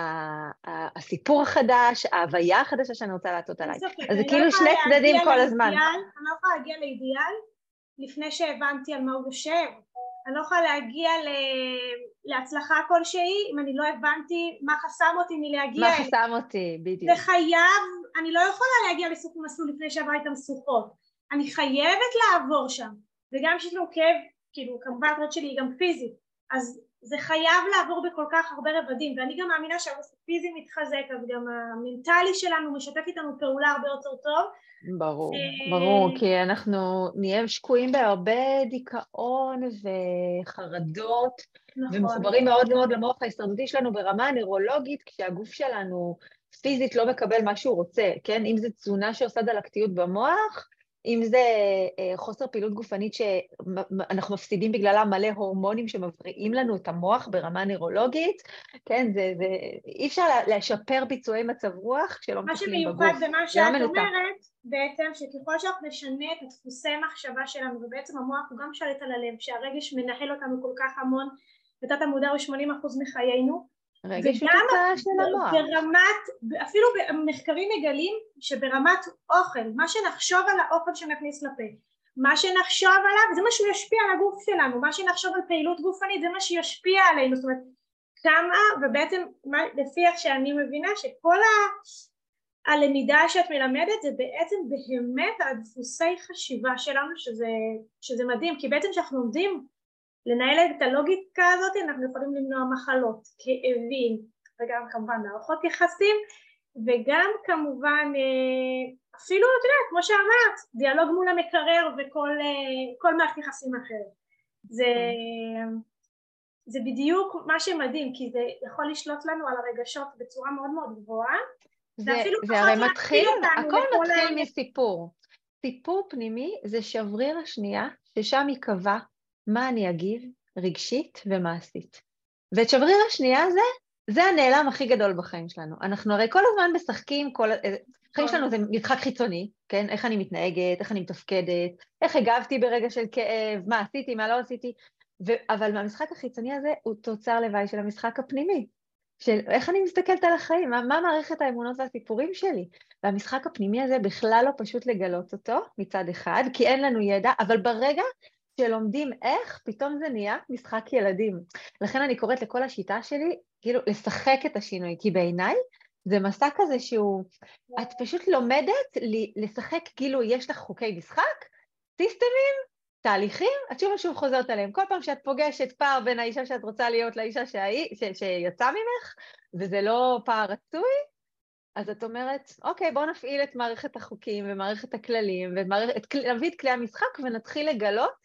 הסיפור החדש, ההוויה החדשה שאני רוצה לעשות עליי. אז זה כאילו שני צדדים כל הזמן. אני לא יכולה להגיע לאידיאל לפני שהבנתי על מה הוא יושב. אני לא יכולה להגיע להצלחה כלשהי אם אני לא הבנתי מה חסם אותי מלהגיע. מה חסם אותי, בדיוק. זה חייב, אני לא יכולה להגיע לסוף מסלול לפני שעברה איתם משוכות. אני חייבת לעבור שם. וגם שיש לנו כאב, כאילו כמובן התרות שלי היא גם פיזית, אז זה חייב לעבור בכל כך הרבה רבדים, ואני גם מאמינה שהפיזי מתחזק, אז גם המנטלי שלנו משתף איתנו פעולה הרבה יותר טוב. ברור, כי אנחנו נהיה שקועים בהרבה דיכאון וחרדות, ומחוברים מאוד מאוד למוח ההישרדותי שלנו ברמה הנוירולוגית, כשהגוף שלנו פיזית לא מקבל מה שהוא רוצה, כן? אם זה תזונה שעושה דלקתיות במוח, אם זה חוסר פעילות גופנית שאנחנו מפסידים בגללה מלא הורמונים שמבריאים לנו את המוח ברמה נוירולוגית, כן, אי אפשר לשפר ביצועי מצב רוח כשלא מטפלים בגוף. מה שמיוחד במה שאת אומרת, בעצם שככל שאנחנו נשנה את דפוסי מחשבה שלנו, ובעצם המוח הוא גם שולט על הלב, שהרגש מנהל אותנו כל כך המון, ותת המודע הוא 80% מחיינו, רגש הוא תוצאה של המוח. אפילו במחקרים מגלים שברמת אוכל, מה שנחשוב על האוכל שנכניס לפה, מה שנחשוב עליו, זה מה שהוא ישפיע על הגוף שלנו, מה שנחשוב על פעילות גופנית, זה מה שישפיע עלינו, זאת אומרת, כמה, ובעצם לפי איך שאני מבינה שכל הלמידה שאת מלמדת זה בעצם באמת הדפוסי חשיבה שלנו, שזה מדהים, כי בעצם שאנחנו עומדים לנהל את הלוגיקה הזאת, אנחנו יכולים למנוע מחלות, כאבים, וגם כמובן מערכות יחסים, וגם כמובן אפילו, אתה יודע, כמו שאמרת, דיאלוג מול המקרר וכל מערכת יחסים אחרת. זה בדיוק מה שמדהים, כי זה יכול לשלוט לנו על הרגשות בצורה מאוד מאוד גבוהה. זה הרי מתחיל, הכל מתחיל מסיפור. סיפור פנימי זה שבריר השנייה, ששם ייקבע מה אני אגיב רגשית ומעשית. ואת שבריר השנייה זה הנעלם הכי גדול בחיים שלנו. אנחנו הרי כל הזמן משחקים, החיים שלנו זה משחק חיצוני, כן? איך אני מתנהגת, איך אני מתפקדת, איך הגבתי ברגע של כאב, מה עשיתי, מה לא עשיתי, אבל המשחק החיצוני הזה הוא תוצר לוואי של המשחק הפנימי, של איך אני מסתכלת על החיים, מה מערכת האמונות והסיפורים שלי, והמשחק הפנימי הזה בכלל לא פשוט לגלות אותו מצד אחד, כי אין לנו ידע, אבל ברגע שלומדים איך, פתאום זה נהיה משחק ילדים. לכן אני קוראת לכל השיטה שלי, כאילו, לשחק את השינוי, כי בעיניי זה מסע כזה שהוא, את פשוט לומדת לשחק, כאילו יש לך חוקי משחק, סיסטמים, תהליכים, את שוב חוזרת עליהם. כל פעם שאת פוגשת פער בין האישה שאת רוצה להיות לאישה שיצא ממך, וזה לא פער רצוי, אז את אומרת, אוקיי, בואו נפעיל את מערכת החוקים ומערכת הכללים, ונביא את כלי המשחק ונתחיל לגלות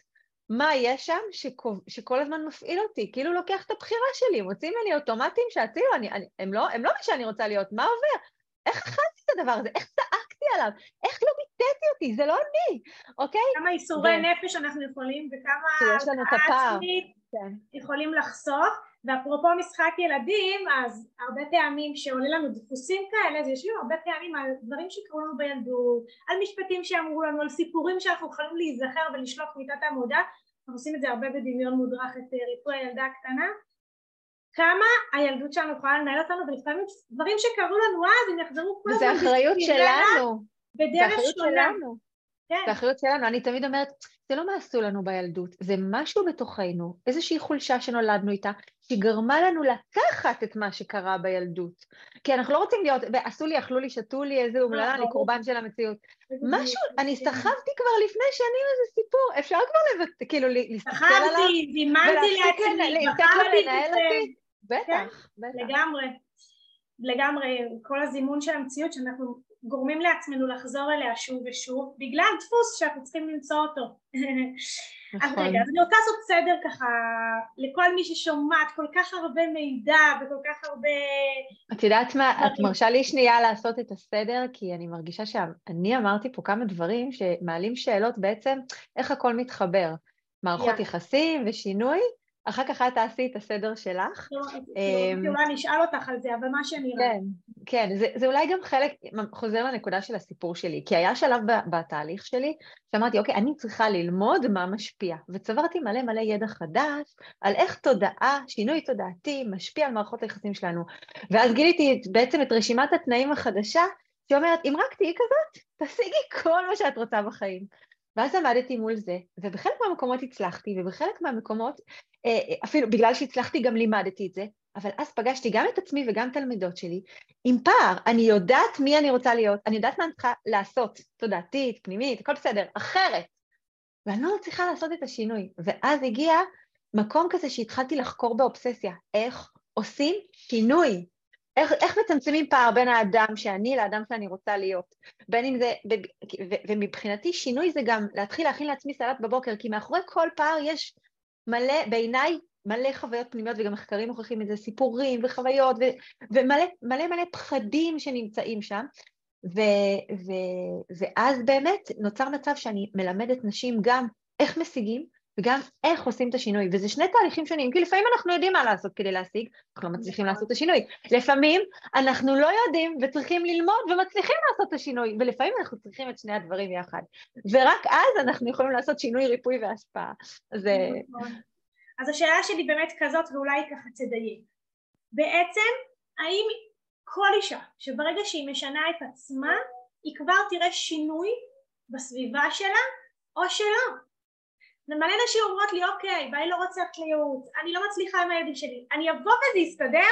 מה יש שם שכל הזמן מפעיל אותי, כאילו לוקח את הבחירה שלי, מוצאים ממני אוטומטים שהצילו, הם לא מי שאני רוצה להיות, מה עובר? איך אכלתי את הדבר הזה? איך צעקתי עליו? איך לא ביטאתי אותי? זה לא אני, אוקיי? כמה איסורי נפש אנחנו יכולים, וכמה שיש לנו את הלקאה הפער. עצמית כן. יכולים לחסוך. ואפרופו משחק ילדים, אז הרבה פעמים שעולה לנו דפוסים כאלה, אז יושבים הרבה פעמים על דברים שקרו לנו בילדות, על משפטים שאמרו לנו, על סיפורים שאנחנו יכולים להיזכר ולשלוף מתת המודע. אנחנו עושים את זה הרבה בדמיון מודרך, את ריפוי הילדה הקטנה. כמה הילדות שלנו יכולה לנהל אותנו, ולפעמים דברים שקרו לנו אז, הם יחזרו כל הזמן וזה אחריות שלנו. בדרך שונה. כן. זה אחריות שלנו. אני תמיד אומרת, זה לא מה עשו לנו בילדות, זה משהו בתוכנו, איזושהי חולשה שנולדנו איתה, שגרמה לנו לקחת את מה שקרה בילדות. כי אנחנו לא רוצים להיות, עשו לי, אכלו לי, שתו לי, איזה אומללה, אני קורבן של המציאות. משהו, אני סחבתי כבר לפני שנים איזה סיפור, אפשר כבר כאילו להסתכל עליו, זימנתי לעצמי, לתת לו לנהל אותי. בטח, בטח. לגמרי, כל הזימון של המציאות שאנחנו גורמים לעצמנו לחזור אליה שוב ושוב, בגלל דפוס שאנחנו צריכים למצוא אותו. אז רגע, אז אני רוצה לעשות סדר ככה, לכל מי ששומעת כל כך הרבה מידע וכל כך הרבה... את יודעת מה, את מרשה לי שנייה לעשות את הסדר, כי אני מרגישה שאני אמרתי פה כמה דברים שמעלים שאלות בעצם, איך הכל מתחבר. מערכות יחסים ושינוי, אחר כך את תעשי את הסדר שלך. אולי נשאל אותך על זה, אבל מה שנראה. כן, זה אולי גם חלק, חוזר לנקודה של הסיפור שלי, כי היה שלב בתהליך שלי, שאמרתי, אוקיי, אני צריכה ללמוד מה משפיע, וצברתי מלא ידע חדש, על איך תודעה, שינוי תודעתי, משפיע על מערכות היחסים שלנו, ואז גיליתי בעצם את רשימת התנאים החדשה, שאומרת, אם רק תהיי כזאת, תשיגי כל מה שאת רוצה בחיים. ואז עמדתי מול זה, ובחלק מהמקומות הצלחתי, ובחלק מהמקומות, אפילו בגלל שהצלחתי גם לימדתי את זה, אבל אז פגשתי גם את עצמי וגם תלמידות שלי, עם פער, אני יודעת מי אני רוצה להיות, אני יודעת מה אני צריכה לעשות, תודעתית, פנימית, הכל בסדר, אחרת, ואני לא צריכה לעשות את השינוי, ואז הגיע מקום כזה שהתחלתי לחקור באובססיה, איך עושים שינוי, איך מצמצמים פער בין האדם שאני לאדם שאני רוצה להיות, בין אם זה, ומבחינתי שינוי זה גם להתחיל להכין לעצמי סלט בבוקר, כי מאחורי כל פער יש מלא, בעיניי, מלא חוויות פנימיות, וגם מחקרים מוכיחים את זה, סיפורים וחוויות, ומלא פחדים שנמצאים שם, ואז באמת נוצר מצב שאני מלמדת נשים גם איך משיגים, וגם איך עושים את השינוי, וזה שני תהליכים שונים, כי לפעמים אנחנו יודעים מה לעשות כדי להשיג, אנחנו לא מצליחים לעשות את השינוי, לפעמים אנחנו לא יודעים וצריכים ללמוד ומצליחים לעשות את השינוי, ולפעמים אנחנו צריכים את שני הדברים יחד, ורק אז אנחנו יכולים לעשות שינוי, ריפוי והשפעה. אז השאלה שלי באמת כזאת, ואולי ככה תדייק, בעצם האם כל אישה שברגע שהיא משנה את עצמה, היא כבר תראה שינוי בסביבה שלה, או שלא? ומלא נשים אומרות לי, אוקיי, ואני לא רוצה לייעוץ, אני לא מצליחה עם הילדים שלי, אני אבוא וזה יסתדר?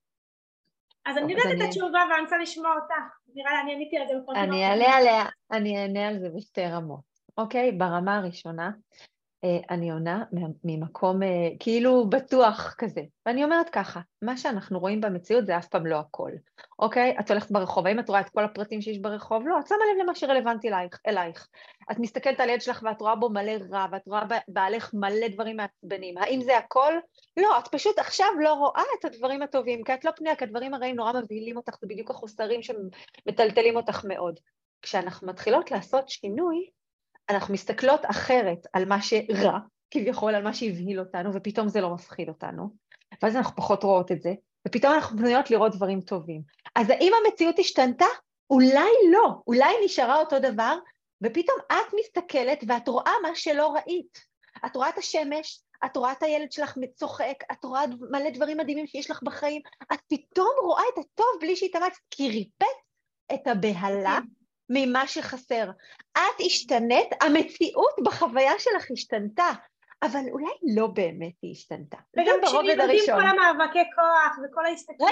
אז אני יודעת את התשובה ואני רוצה לשמוע אותך, נראה לי אני עניתי על זה בכל זאת. אני אענה על זה בשתי רמות, אוקיי? ברמה הראשונה, אני עונה ממקום כאילו בטוח כזה, ואני אומרת ככה, מה שאנחנו רואים במציאות זה אף פעם לא הכל, אוקיי? את הולכת ברחוב, האם את רואה את כל הפרטים שיש ברחוב? לא, את שמה לב למה שרלוונטי אלייך. את מסתכלת על ילד שלך ואת רואה בו מלא רע, ואת רואה בעלך מלא דברים מעצבנים, האם זה הכל? לא, את פשוט עכשיו לא רואה את הדברים הטובים, כי את לא פנויה, כי הדברים הרעים נורא מבהילים אותך, זה בדיוק החוסרים שמטלטלים אותך מאוד. כשאנחנו מתחילות לעשות שינוי, אנחנו מסתכלות אחרת על מה שרע, כביכול על מה שהבהיל אותנו, ופתאום זה לא מפחיד אותנו, ואז אנחנו פחות רואות את זה, ופתאום אנחנו פנויות לראות דברים טובים. אז האם המציאות השתנתה? אולי לא, אולי נשארה אותו דבר, ופתאום את מסתכלת ואת רואה מה שלא ראית. את רואה את השמש, את רואה את הילד שלך צוחק, את רואה מלא דברים מדהימים שיש לך בחיים, את פתאום רואה את הטוב בלי שהתאמצת, כי ריפאת את הבהלה, ממה שחסר. את השתנית, המציאות בחוויה שלך השתנתה, אבל אולי לא באמת היא השתנתה. וגם כשנלמדים כל המאבקי כוח וכל ההסתכלות.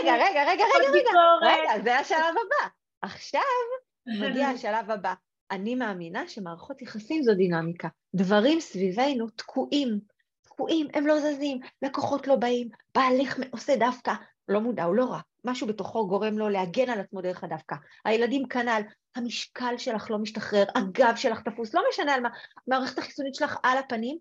רגע, זה השלב הבא. עכשיו מגיע השלב הבא. אני מאמינה שמערכות יחסים זו דינמיקה. דברים סביבנו תקועים, הם לא זזים, לקוחות לא באים, בעלך עושה דווקא, לא מודע, הוא לא רע. משהו בתוכו גורם לו להגן על עצמו דרך הדווקא. הילדים כנ"ל, המשקל שלך לא משתחרר, הגב שלך תפוס, לא משנה על מה, מערכת החיסונית שלך על הפנים,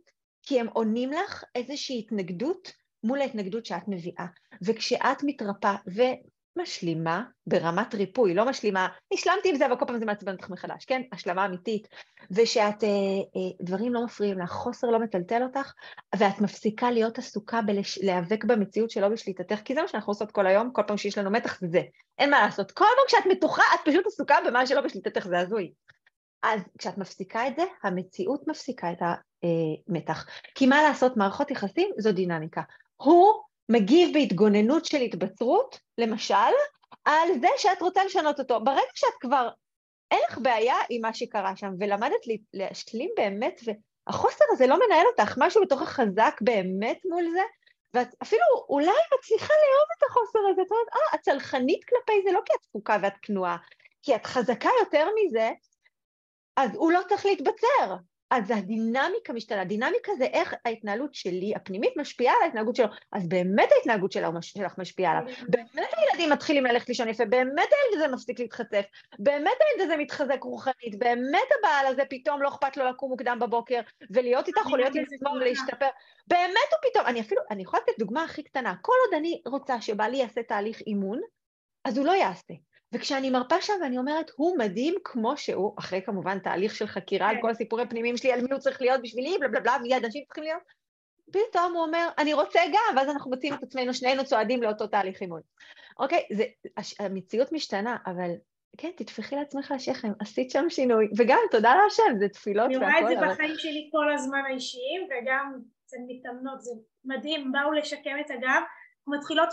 כי הם עונים לך איזושהי התנגדות מול ההתנגדות שאת מביאה. וכשאת מתרפאה ומשלימה ברמת ריפוי, לא משלימה, השלמתי עם זה, אבל כל פעם זה מעצבן אותך מחדש, כן? השלמה אמיתית, ושאת, דברים לא מפריעים לך, חוסר לא מטלטל אותך, ואת מפסיקה להיות עסוקה להיאבק במציאות שלא בשליטתך, כי זה מה שאנחנו עושות כל היום, כל פעם שיש לנו מתח זה. אין מה לעשות. כל פעם כשאת מתוחה, את פשוט עסוקה במה שלא בשליטתך, זה הזוי. אז כשאת מפסיקה את זה, המציאות מפסיקה את המתח. כי מה לעשות, מערכות יחסים זו דינמיקה. הוא מגיב בהתגוננות של התבצרות, למשל, על זה שאת רוצה לשנות אותו. ברגע שאת כבר, אין לך בעיה עם מה שקרה שם, ולמדת להשלים באמת, והחוסר הזה לא מנהל אותך, משהו בתוך החזק באמת מול זה, ואת אפילו אולי מצליחה לאהוב את החוסר הזה, זאת אומרת, את צלחנית כלפי זה, לא כי את תפוקה ואת כנועה, כי את חזקה יותר מזה, אז הוא לא צריך להתבצר. אז הדינמיקה משתנה. הדינמיקה זה איך ההתנהלות שלי, הפנימית, משפיעה על ההתנהגות שלו. אז באמת ההתנהגות שלך משפיעה עליו. באמת הילדים מתחילים ללכת לישון יפה, באמת הילד הזה מפסיק להתחצף, באמת הילד הזה מתחזק רוחנית, באמת הבעל הזה פתאום לא אכפת לו לקום מוקדם בבוקר, ולהיות איתך או להיות עם עצמו ולהשתפר. באמת הוא פתאום, אני יכולה לתת דוגמה הכי קטנה, כל עוד אני רוצה שבעלי יעשה תהליך אימון, אז הוא לא יעשה. וכשאני מרפה שם ואני אומרת, הוא מדהים כמו שהוא, אחרי כמובן תהליך של חקירה על כל הסיפורי פנימיים שלי, על מי הוא צריך להיות בשבילי, בלה בלה בלה, ויד אנשים צריכים להיות, פתאום הוא אומר, אני רוצה גם, ואז אנחנו מוצאים את עצמנו, שנינו צועדים לאותו תהליך אימון. אוקיי, המציאות משתנה, אבל כן, תתפחי לעצמך לשכם, עשית שם שינוי, וגם תודה להשם, זה תפילות והכל. אני רואה את זה בחיים שלי כל הזמן האישיים, וגם אצל מתאמנות, זה מדהים, באו לשקם את הגב, מתחילות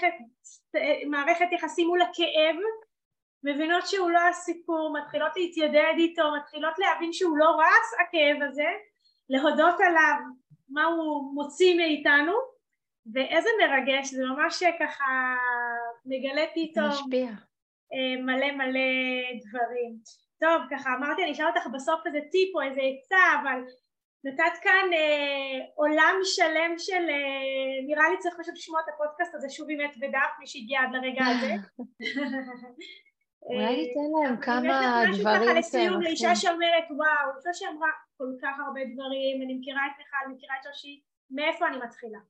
מערכת יחסים מול הכאב, מבינות שהוא לא הסיפור, מתחילות להתיידד איתו, מתחילות להבין שהוא לא רס הכאב הזה, להודות עליו מה הוא מוציא מאיתנו, ואיזה מרגש, זה ממש ככה מגלה פתאום מלא מלא דברים. טוב, ככה אמרתי, אני אשאל אותך בסוף איזה טיפ או איזה עצה, אבל נתת כאן עולם שלם של, נראה לי צריך פשוט לשמוע את הפודקאסט הזה שוב עם עת ודף, מי שהגיע עד לרגע הזה. אולי ניתן להם כמה דברים משהו ככה לסיום, לאישה שאומרת, וואו, אישה שאמרה כל כך הרבה דברים, אני מכירה את מיכל, מכירה את שושי, מאיפה אני מתחילה?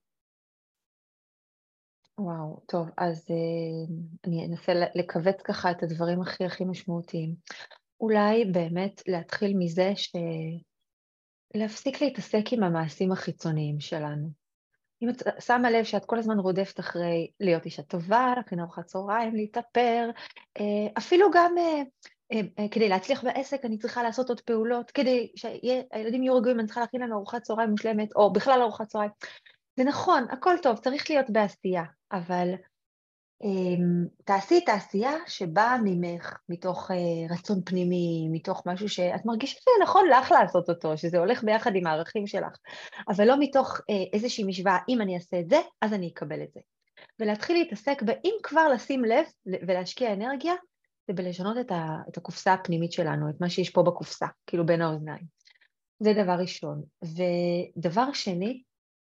וואו, טוב, אז אני אנסה לקבץ ככה את הדברים הכי משמעותיים. אולי באמת להתחיל מזה להפסיק להתעסק עם המעשים החיצוניים שלנו. אם את שמה לב שאת כל הזמן רודפת אחרי להיות אישה טובה, להכין ארוחת צהריים, להתאפר, אפילו גם כדי להצליח בעסק אני צריכה לעשות עוד פעולות, כדי שהילדים יהיו רגועים, אני צריכה להכין להם ארוחת צהריים מושלמת, או בכלל ארוחת צהריים. זה נכון, הכל טוב, צריך להיות בעשייה, אבל תעשי את העשייה שבאה ממך, מתוך רצון פנימי, מתוך משהו שאת מרגישה שזה נכון לך לעשות אותו, שזה הולך ביחד עם הערכים שלך, אבל לא מתוך איזושהי משוואה, אם אני אעשה את זה, אז אני אקבל את זה. ולהתחיל להתעסק באם כבר לשים לב ולהשקיע אנרגיה, זה בלשנות את הקופסה הפנימית שלנו, את מה שיש פה בקופסה, כאילו בין האוזניים. זה דבר ראשון. ודבר שני,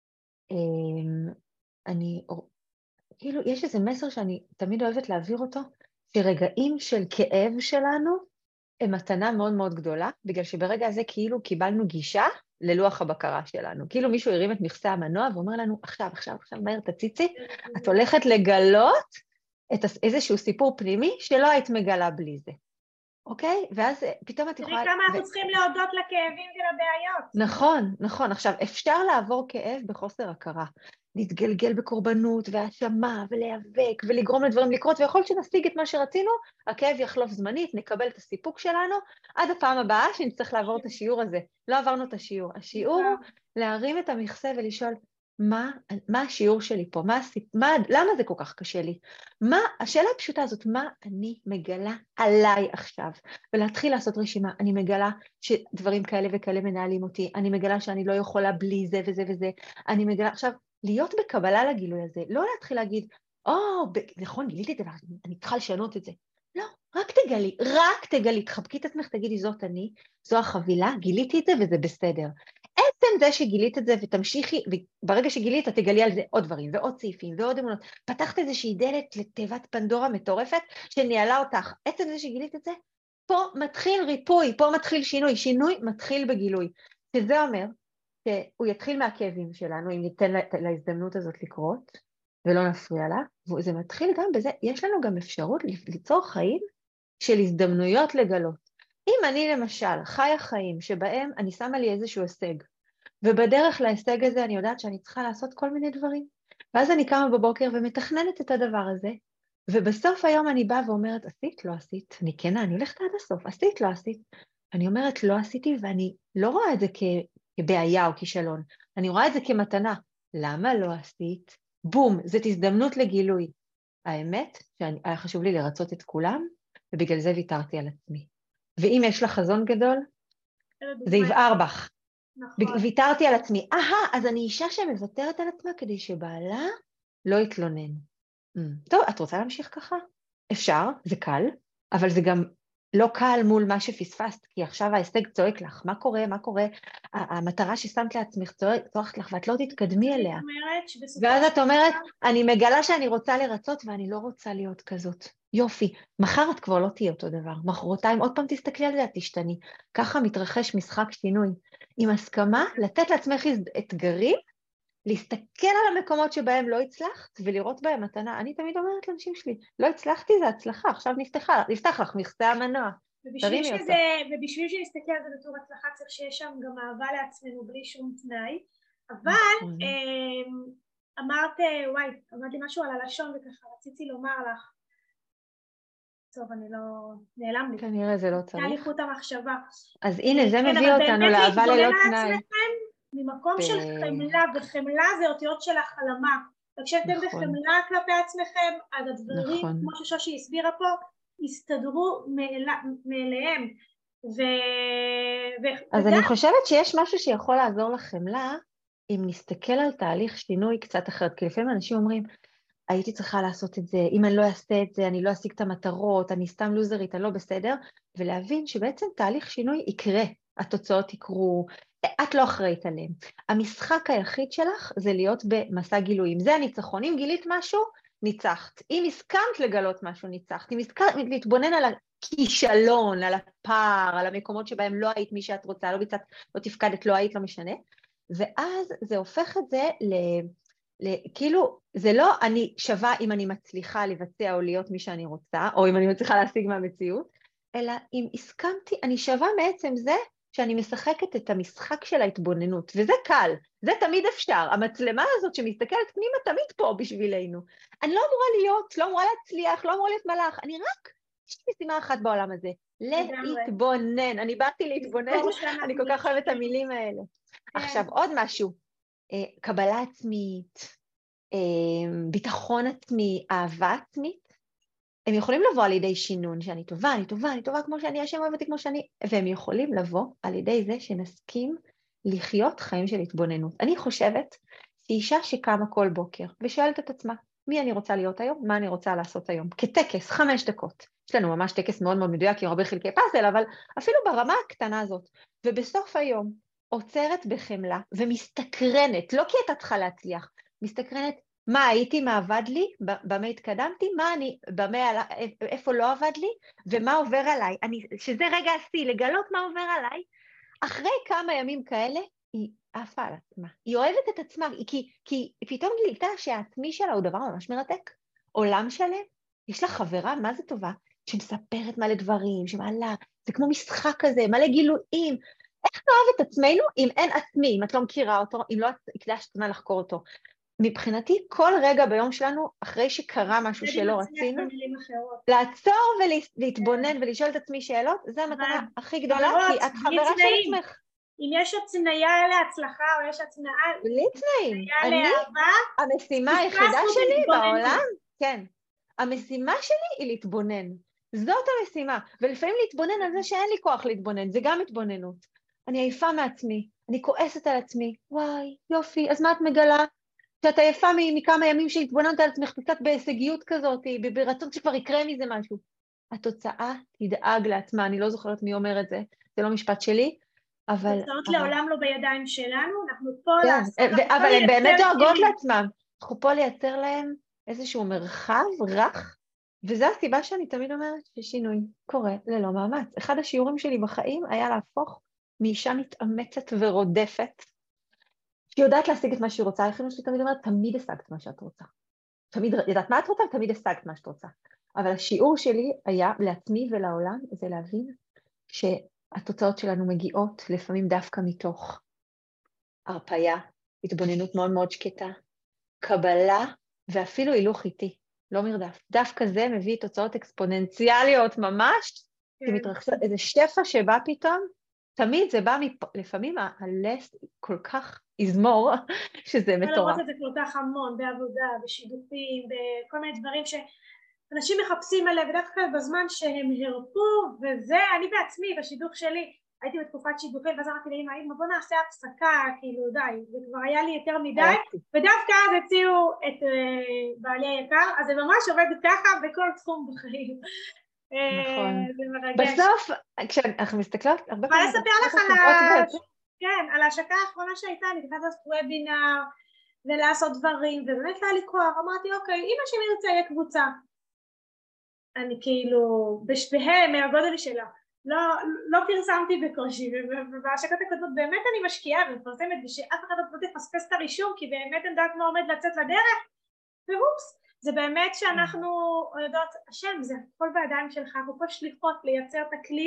כאילו, יש איזה מסר שאני תמיד אוהבת להעביר אותו, שרגעים של כאב שלנו הם מתנה מאוד מאוד גדולה, בגלל שברגע הזה כאילו קיבלנו גישה ללוח הבקרה שלנו. כאילו מישהו הרים את מכסה המנוע ואומר לנו, עכשיו, מהר תציצי, את הולכת לגלות איזשהו סיפור פנימי שלא היית מגלה בלי זה. אוקיי? ואז פתאום את יכולה... תראי כמה אנחנו צריכים להודות לכאבים ולבעיות. נכון. עכשיו, אפשר לעבור כאב בחוסר הכרה. להתגלגל בקורבנות והאשמה ולהיאבק ולגרום לדברים לקרות, ויכול להיות שנשיג את מה שרצינו, הכאב יחלוף זמנית, נקבל את הסיפוק שלנו, עד הפעם הבאה שנצטרך לעבור את השיעור הזה. לא עברנו את השיעור. השיעור הוא להרים את המכסה ולשאול, מה השיעור שלי פה? למה זה כל כך קשה לי? השאלה הפשוטה הזאת, מה אני מגלה עליי עכשיו? ולהתחיל לעשות רשימה, אני מגלה שדברים כאלה וכאלה מנהלים אותי, אני מגלה שאני לא יכולה בלי זה וזה וזה, אני מגלה, עכשיו, להיות בקבלה לגילוי הזה, לא להתחיל להגיד, נכון, גיליתי את זה, אני צריכה לשנות את זה. לא, רק תגלי, תחבקי את עצמך, תגידי, זאת אני, זו החבילה, גיליתי את זה וזה בסדר. עצם זה שגילית את זה ותמשיכי, וברגע שגילית תגלי על זה עוד דברים ועוד סעיפים ועוד אמונות, פתחת איזושהי דלת לתיבת פנדורה מטורפת שניהלה אותך, עצם זה שגילית את זה, פה מתחיל ריפוי, פה מתחיל שינוי מתחיל בגילוי, שזה אומר שהוא יתחיל מהכאבים שלנו, אם ניתן להזדמנות הזאת לקרות, ולא נפריע לה, וזה מתחיל גם בזה, יש לנו גם אפשרות ליצור חיים של הזדמנויות לגלות. אם אני למשל חיה חיים שבהם אני שמה לי איזשהו הישג, ובדרך להישג הזה אני יודעת שאני צריכה לעשות כל מיני דברים, ואז אני קמה בבוקר ומתכננת את הדבר הזה, ובסוף היום אני באה ואומרת, עשית, לא עשית, אני כנה, אני הולכת עד הסוף, עשית, לא עשית, אני אומרת, לא עשיתי, ואני לא רואה את זה כבעיה או כישלון, אני רואה את זה כמתנה. למה לא עשית? בום, זאת הזדמנות לגילוי. האמת שהיה חשוב לי לרצות את כולם, ובגלל זה ויתרתי על עצמי. ואם יש לך חזון גדול, זה יבער בך. נכון. ויתרתי על עצמי. אז אני אישה שמוותרת על עצמה כדי שבעלה לא יתלונן. טוב, את רוצה להמשיך ככה? אפשר, זה קל, אבל זה גם לא קל מול מה שפספסת, כי עכשיו ההישג צועק לך, מה קורה? המטרה ששמת לעצמך צועקת לך, ואת לא תתקדמי אליה. ואז את אומרת, אני מגלה שאני רוצה לרצות, ואני לא רוצה להיות כזאת. יופי, מחר את כבר לא תהיה אותו דבר, מחרתיים עוד פעם תסתכלי על זה, את תשתני. ככה מתרחש משחק שינוי. עם הסכמה, לתת לעצמך אתגרים, להסתכל על המקומות שבהם לא הצלחת, ולראות בהם מתנה. אני תמיד אומרת לאנשים שלי, לא הצלחתי, זה הצלחה, עכשיו נפתח לך מכסה המנוע. ובשביל שנסתכל על זה בתור הצלחה, צריך שיש שם גם אהבה לעצמנו בלי שום תנאי, אבל אמרת, אמרת לי משהו על הלשון, וככה רציתי לומר לך, טוב, אני לא, נעלם לי. כנראה זה לא צריך. היה לי חוט המחשבה. אז הנה, זה מביא אותנו לאהבה ללא תנאי. ממקום של חמלה, וחמלה זה אותיות של החלמה. וכשאתם בחמלה כלפי עצמכם, אז הדברים, כמו ששושי הסבירה פה, יסתדרו מאליהם. אז אני חושבת שיש משהו שיכול לעזור לחמלה, אם נסתכל על תהליך שינוי קצת אחרת, כי לפעמים אנשים אומרים, הייתי צריכה לעשות את זה, אם אני לא אעשה את זה, אני לא אשיג את המטרות, אני סתם לוזרית, אני לא בסדר, ולהבין שבעצם תהליך שינוי יקרה, התוצאות יקרו, את לא אחראית עליהם. המשחק היחיד שלך זה להיות במסע גילויים, זה הניצחון, אם גילית משהו, ניצחת, אם הסכמת לגלות משהו, ניצחת, אם הסכמת להתבונן על הכישלון, על הפער, על המקומות שבהם לא היית מי שאת רוצה, לא ביצעת, לא תפקדת, לא היית, לא משנה, ואז זה הופך את זה כאילו, זה לא אני שווה אם אני מצליחה לבצע או להיות מי שאני רוצה, או אם אני מצליחה להשיג מהמציאות, אלא אם הסכמתי, אני שווה מעצם זה שאני משחקת את המשחק של ההתבוננות, וזה קל, זה תמיד אפשר, המצלמה הזאת שמסתכלת פנימה תמיד פה בשבילנו. אני לא אמורה להיות, לא אמורה להצליח, לא אמורה להיות מלאך, אני רק, יש לי משימה אחת בעולם הזה, להתבונן, אני באתי להתבונן, אני כל כך אוהבת את המילים האלה. עכשיו, עוד משהו, קבלה עצמית, ביטחון עצמי, אהבה עצמית, הם יכולים לבוא על ידי שינון, שאני טובה, אני טובה, אני טובה כמו שאני, השם אוהב אותי כמו שאני, והם יכולים לבוא על ידי זה שנסכים לחיות חיים של התבוננות. אני חושבת שאישה שקמה כל בוקר ושואלת את עצמה, מי אני רוצה להיות היום, מה אני רוצה לעשות היום, כטקס, 5 דקות. יש לנו ממש טקס מאוד מאוד מדויק עם הרבה חלקי פאזל, אבל אפילו ברמה הקטנה הזאת, ובסוף היום עוצרת בחמלה ומסתקרנת, לא כי אתה צריכה להצליח, מסתקרנת מה הייתי, מה עבד לי, במה התקדמתי, איפה לא עבד לי, ומה עובר עליי, שזה רגע השיא, לגלות מה עובר עליי, אחרי כמה ימים כאלה, היא עפה על עצמה, היא אוהבת את עצמה, כי פתאום גילתה שהעצמי שלה הוא דבר ממש מרתק, עולם שלם, יש לה חברה, מה זה טובה, שמספרת מלא דברים, שמעלה, זה כמו משחק כזה, מלא גילויים, איך נאהב את עצמנו אם אין עצמי, אם את לא מכירה אותו, אם לא הקדשת זמן לחקור אותו. מבחינתי, כל רגע ביום שלנו, אחרי שקרה משהו שלא רצינו, לעצור ולהתבונן ולשאול את עצמי שאלות, זה המטרה הכי גדולה, כי את חברה של עצמך. אם יש הצניה להצלחה, או יש הצניה לאהבה, המשימה היחידה שלי בעולם, כן, המשימה שלי היא להתבונן. זאת המשימה, ולפעמים להתבונן על זה שאין לי כוח להתבונן, זה גם התבוננות. אני עייפה מעצמי, אני כועסת על עצמי, וואי, יופי, אז מה את מגלה? שאת עייפה מכמה ימים שהתבוננת על עצמך, קצת בהישגיות כזאת, ברצון שכבר יקרה מזה משהו. התוצאה תדאג לעצמה, אני לא זוכרת מי אומר את זה, זה לא משפט שלי, אבל... התוצאות לעולם לא בידיים שלנו, אנחנו פה לעשות... אבל הן באמת דואגות לעצמם, אנחנו פה לייצר להם איזשהו מרחב רך, וזו הסיבה שאני תמיד אומרת ששינוי קורה ללא מאמץ. אחד השיעורים שלי בחיים היה להפוך מאישה מתאמצת ורודפת, שהיא יודעת להשיג את מה שהיא רוצה. החינוך שלי תמיד אומרת, תמיד השגת מה שאת רוצה. תמיד ידעת מה את רוצה, תמיד השגת מה שאת רוצה. אבל השיעור שלי היה לעצמי ולעולם, זה להבין שהתוצאות שלנו מגיעות לפעמים דווקא מתוך הרפאיה, התבוננות מאוד מאוד שקטה, קבלה ואפילו הילוך איתי, לא מרדף. דווקא זה מביא תוצאות אקספוננציאליות ממש, כי מתרחשות איזה שפע שבא פתאום, תמיד זה בא לפעמים הלס כל כך יזמור, שזה מטורף. לראות את זה כל כך המון, בעבודה, בשידופים, בכל מיני דברים שאנשים מחפשים עליהם, ודווקא בזמן שהם הרפו, וזה, אני בעצמי, בשידוך שלי, הייתי בתקופת שידוכים, ואז אמרתי לאמא, בוא נעשה הפסקה, כאילו די, וכבר היה לי יותר מדי, ודווקא אז הציעו את בעלי היקר, אז זה ממש עובד ככה בכל תחום בחיים. נכון. בסוף, כשאנחנו מסתכלות, הרבה פעמים... אני אספר לך על ההשקה האחרונה שהייתה, אני נכנסת לעשות וובינר, ולעשות דברים, ובאמת לא היה לי כוח, אמרתי, אוקיי, אמא שלי רוצה יהיה קבוצה. אני כאילו, בשביהם, מהגודל שלה. לא פרסמתי בקושי, ובהשקות הקודמות באמת אני משקיעה ומפרסמת ושאף אחד לא תפספס את הרישום, כי באמת אני יודעת מה עומד לצאת לדרך, ואופס, זה באמת שאנחנו יודעות, השם, זה הכל בידיים שלך, וכל שליחות לייצר את הכלי,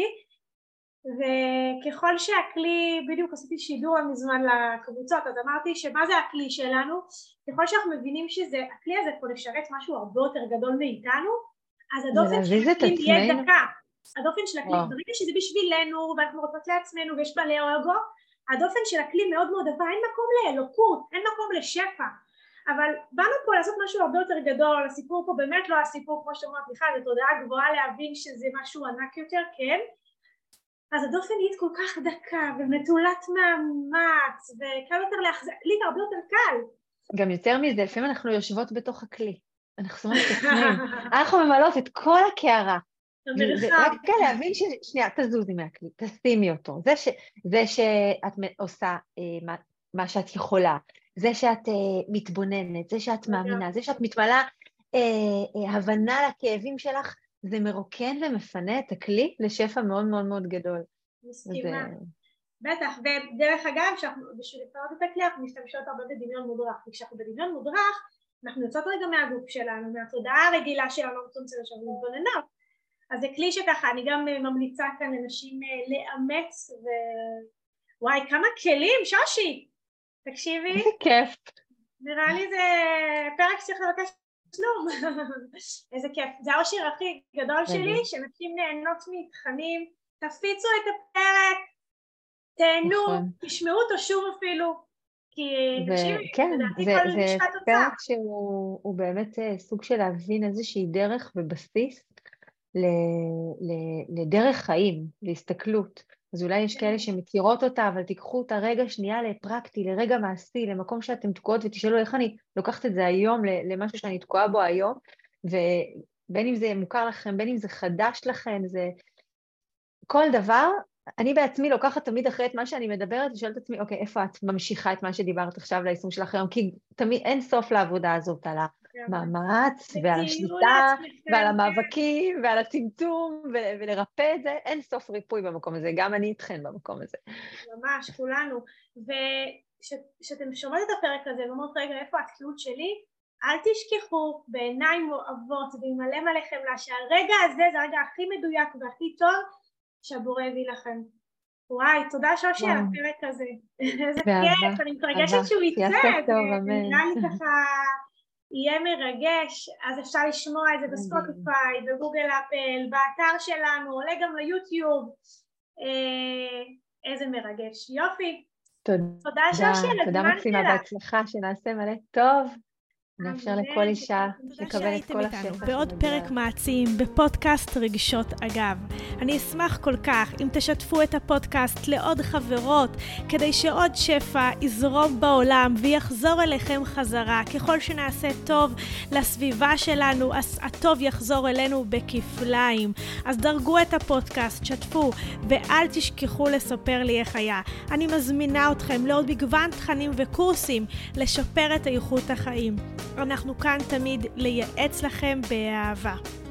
וככל שהכלי, בדיוק עשיתי שידור מזמן לקבוצות, אז אמרתי שמה זה הכלי שלנו, ככל שאנחנו מבינים שהכלי הזה פה לשרת משהו הרבה יותר גדול מאיתנו, אז הדופן של הכלי יהיה דקה. הדופן של הכלי, ברגע שזה בשבילנו ואנחנו רוצות לעצמנו ויש בעלי אגו, הדופן של הכלי מאוד מאוד דבר, אין מקום לאלוקות, אין מקום לשפע, אבל באנו פה לעשות משהו הרבה יותר גדול, הסיפור פה באמת לא הסיפור כמו שאומרת בכלל, זה תודעה גבוהה להבין שזה משהו ענק יותר, כן? אז הדופן היא כל כך דקה ומתולת מאמץ וקל יותר להחזיק, לי זה הרבה יותר קל. גם יותר מזה, לפעמים אנחנו יושבות בתוך הכלי, אנחנו שומעות את עצמם, אנחנו ממלאות את כל הקערה, רק להבין שנייה, תזוזי מהכלי, תשימי אותו, זה שאת עושה מה שאת יכולה, זה שאת מתבוננת, זה שאת מאמינה, זה שאת מתמלאה הבנה לכאבים שלך, זה מרוקן ומפנה את הכלי לשפע מאוד מאוד מאוד גדול. מסכימה. בטח, ודרך אגב, בשביל לפנות את הכלי, אנחנו משתמשות הרבה בדמיון מודרך, וכשאנחנו בדמיון מודרך, אנחנו יוצאות רגע מהגוף שלנו, מהתודעה הרגילה שלנו, שאנחנו מתבוננות. אז זה כלי שככה, אני גם ממליצה כאן לנשים לאמץ, וואי, כמה כלים, שושי, תקשיבי. איזה כיף. נראה לי זה פרק שצריך לבקש שלום. איזה כיף. זה האושר הכי גדול שלי, שנשים נהנות מתכנים, תפיצו את הפרק, תהנו, תשמעו אותו שוב אפילו, כי תקשיבי, לדעתי כל משפט תוצאה. זה פרק שהוא באמת סוג של להבין איזושהי דרך ובסיס, לדרך חיים, להסתכלות. אז אולי יש כאלה שמכירות אותה, אבל תיקחו אותה רגע שנייה לפרקטי, לרגע מעשי, למקום שאתם תקועות ותשאלו איך אני לוקחת את זה היום למשהו שאני תקועה בו היום, ובין אם זה מוכר לכם, בין אם זה חדש לכם, זה כל דבר, אני בעצמי לוקחת תמיד אחרי את מה שאני מדברת, ושואלת את עצמי, אוקיי, איפה את ממשיכה את מה שדיברת עכשיו ליישום שלך היום, כי תמיד אין סוף לעבודה הזאת על המאמץ ועל השליטה ועל המאבקים ועל הצמצום ולרפא את זה, אין סוף ריפוי במקום הזה, גם אני איתכן במקום הזה. ממש, כולנו. ושאתם שומעות את הפרק הזה ואומרות, רגע, איפה התקיעות שלי? אל תשכחו בעיניים אוהבות ועם מלא מלא חמלה, שהרגע הזה זה הרגע הכי מדויק והכי טוב שהבורא הביא לכם. וואי, תודה שושי על הפרק הזה. איזה כיף, אני מתרגשת שהוא יצא, נראה לי ככה יהיה מרגש, אז אפשר לשמוע את זה בספוטיפיי, בגוגל אפל, באתר שלנו, עולה גם ליוטיוב. איזה מרגש. יופי. תודה שושי על הזמן שלך. תודה מקסימה בהצלחה, שנעשה מלא טוב. נאפשר לכל אישה לקבל את כל השפע. בעוד פרק מעצים בפודקאסט רגשות אגב. אני אשמח כל כך אם תשתפו את הפודקאסט לעוד חברות, כדי שעוד שפע יזרום בעולם ויחזור אליכם חזרה. ככל שנעשה טוב לסביבה שלנו, אז הטוב יחזור אלינו בכפליים. אז דרגו את הפודקאסט, שתפו, ואל תשכחו לספר לי איך היה. אני מזמינה אתכם לעוד מגוון תכנים וקורסים לשפר את איכות החיים. אנחנו כאן תמיד לייעץ לכם באהבה.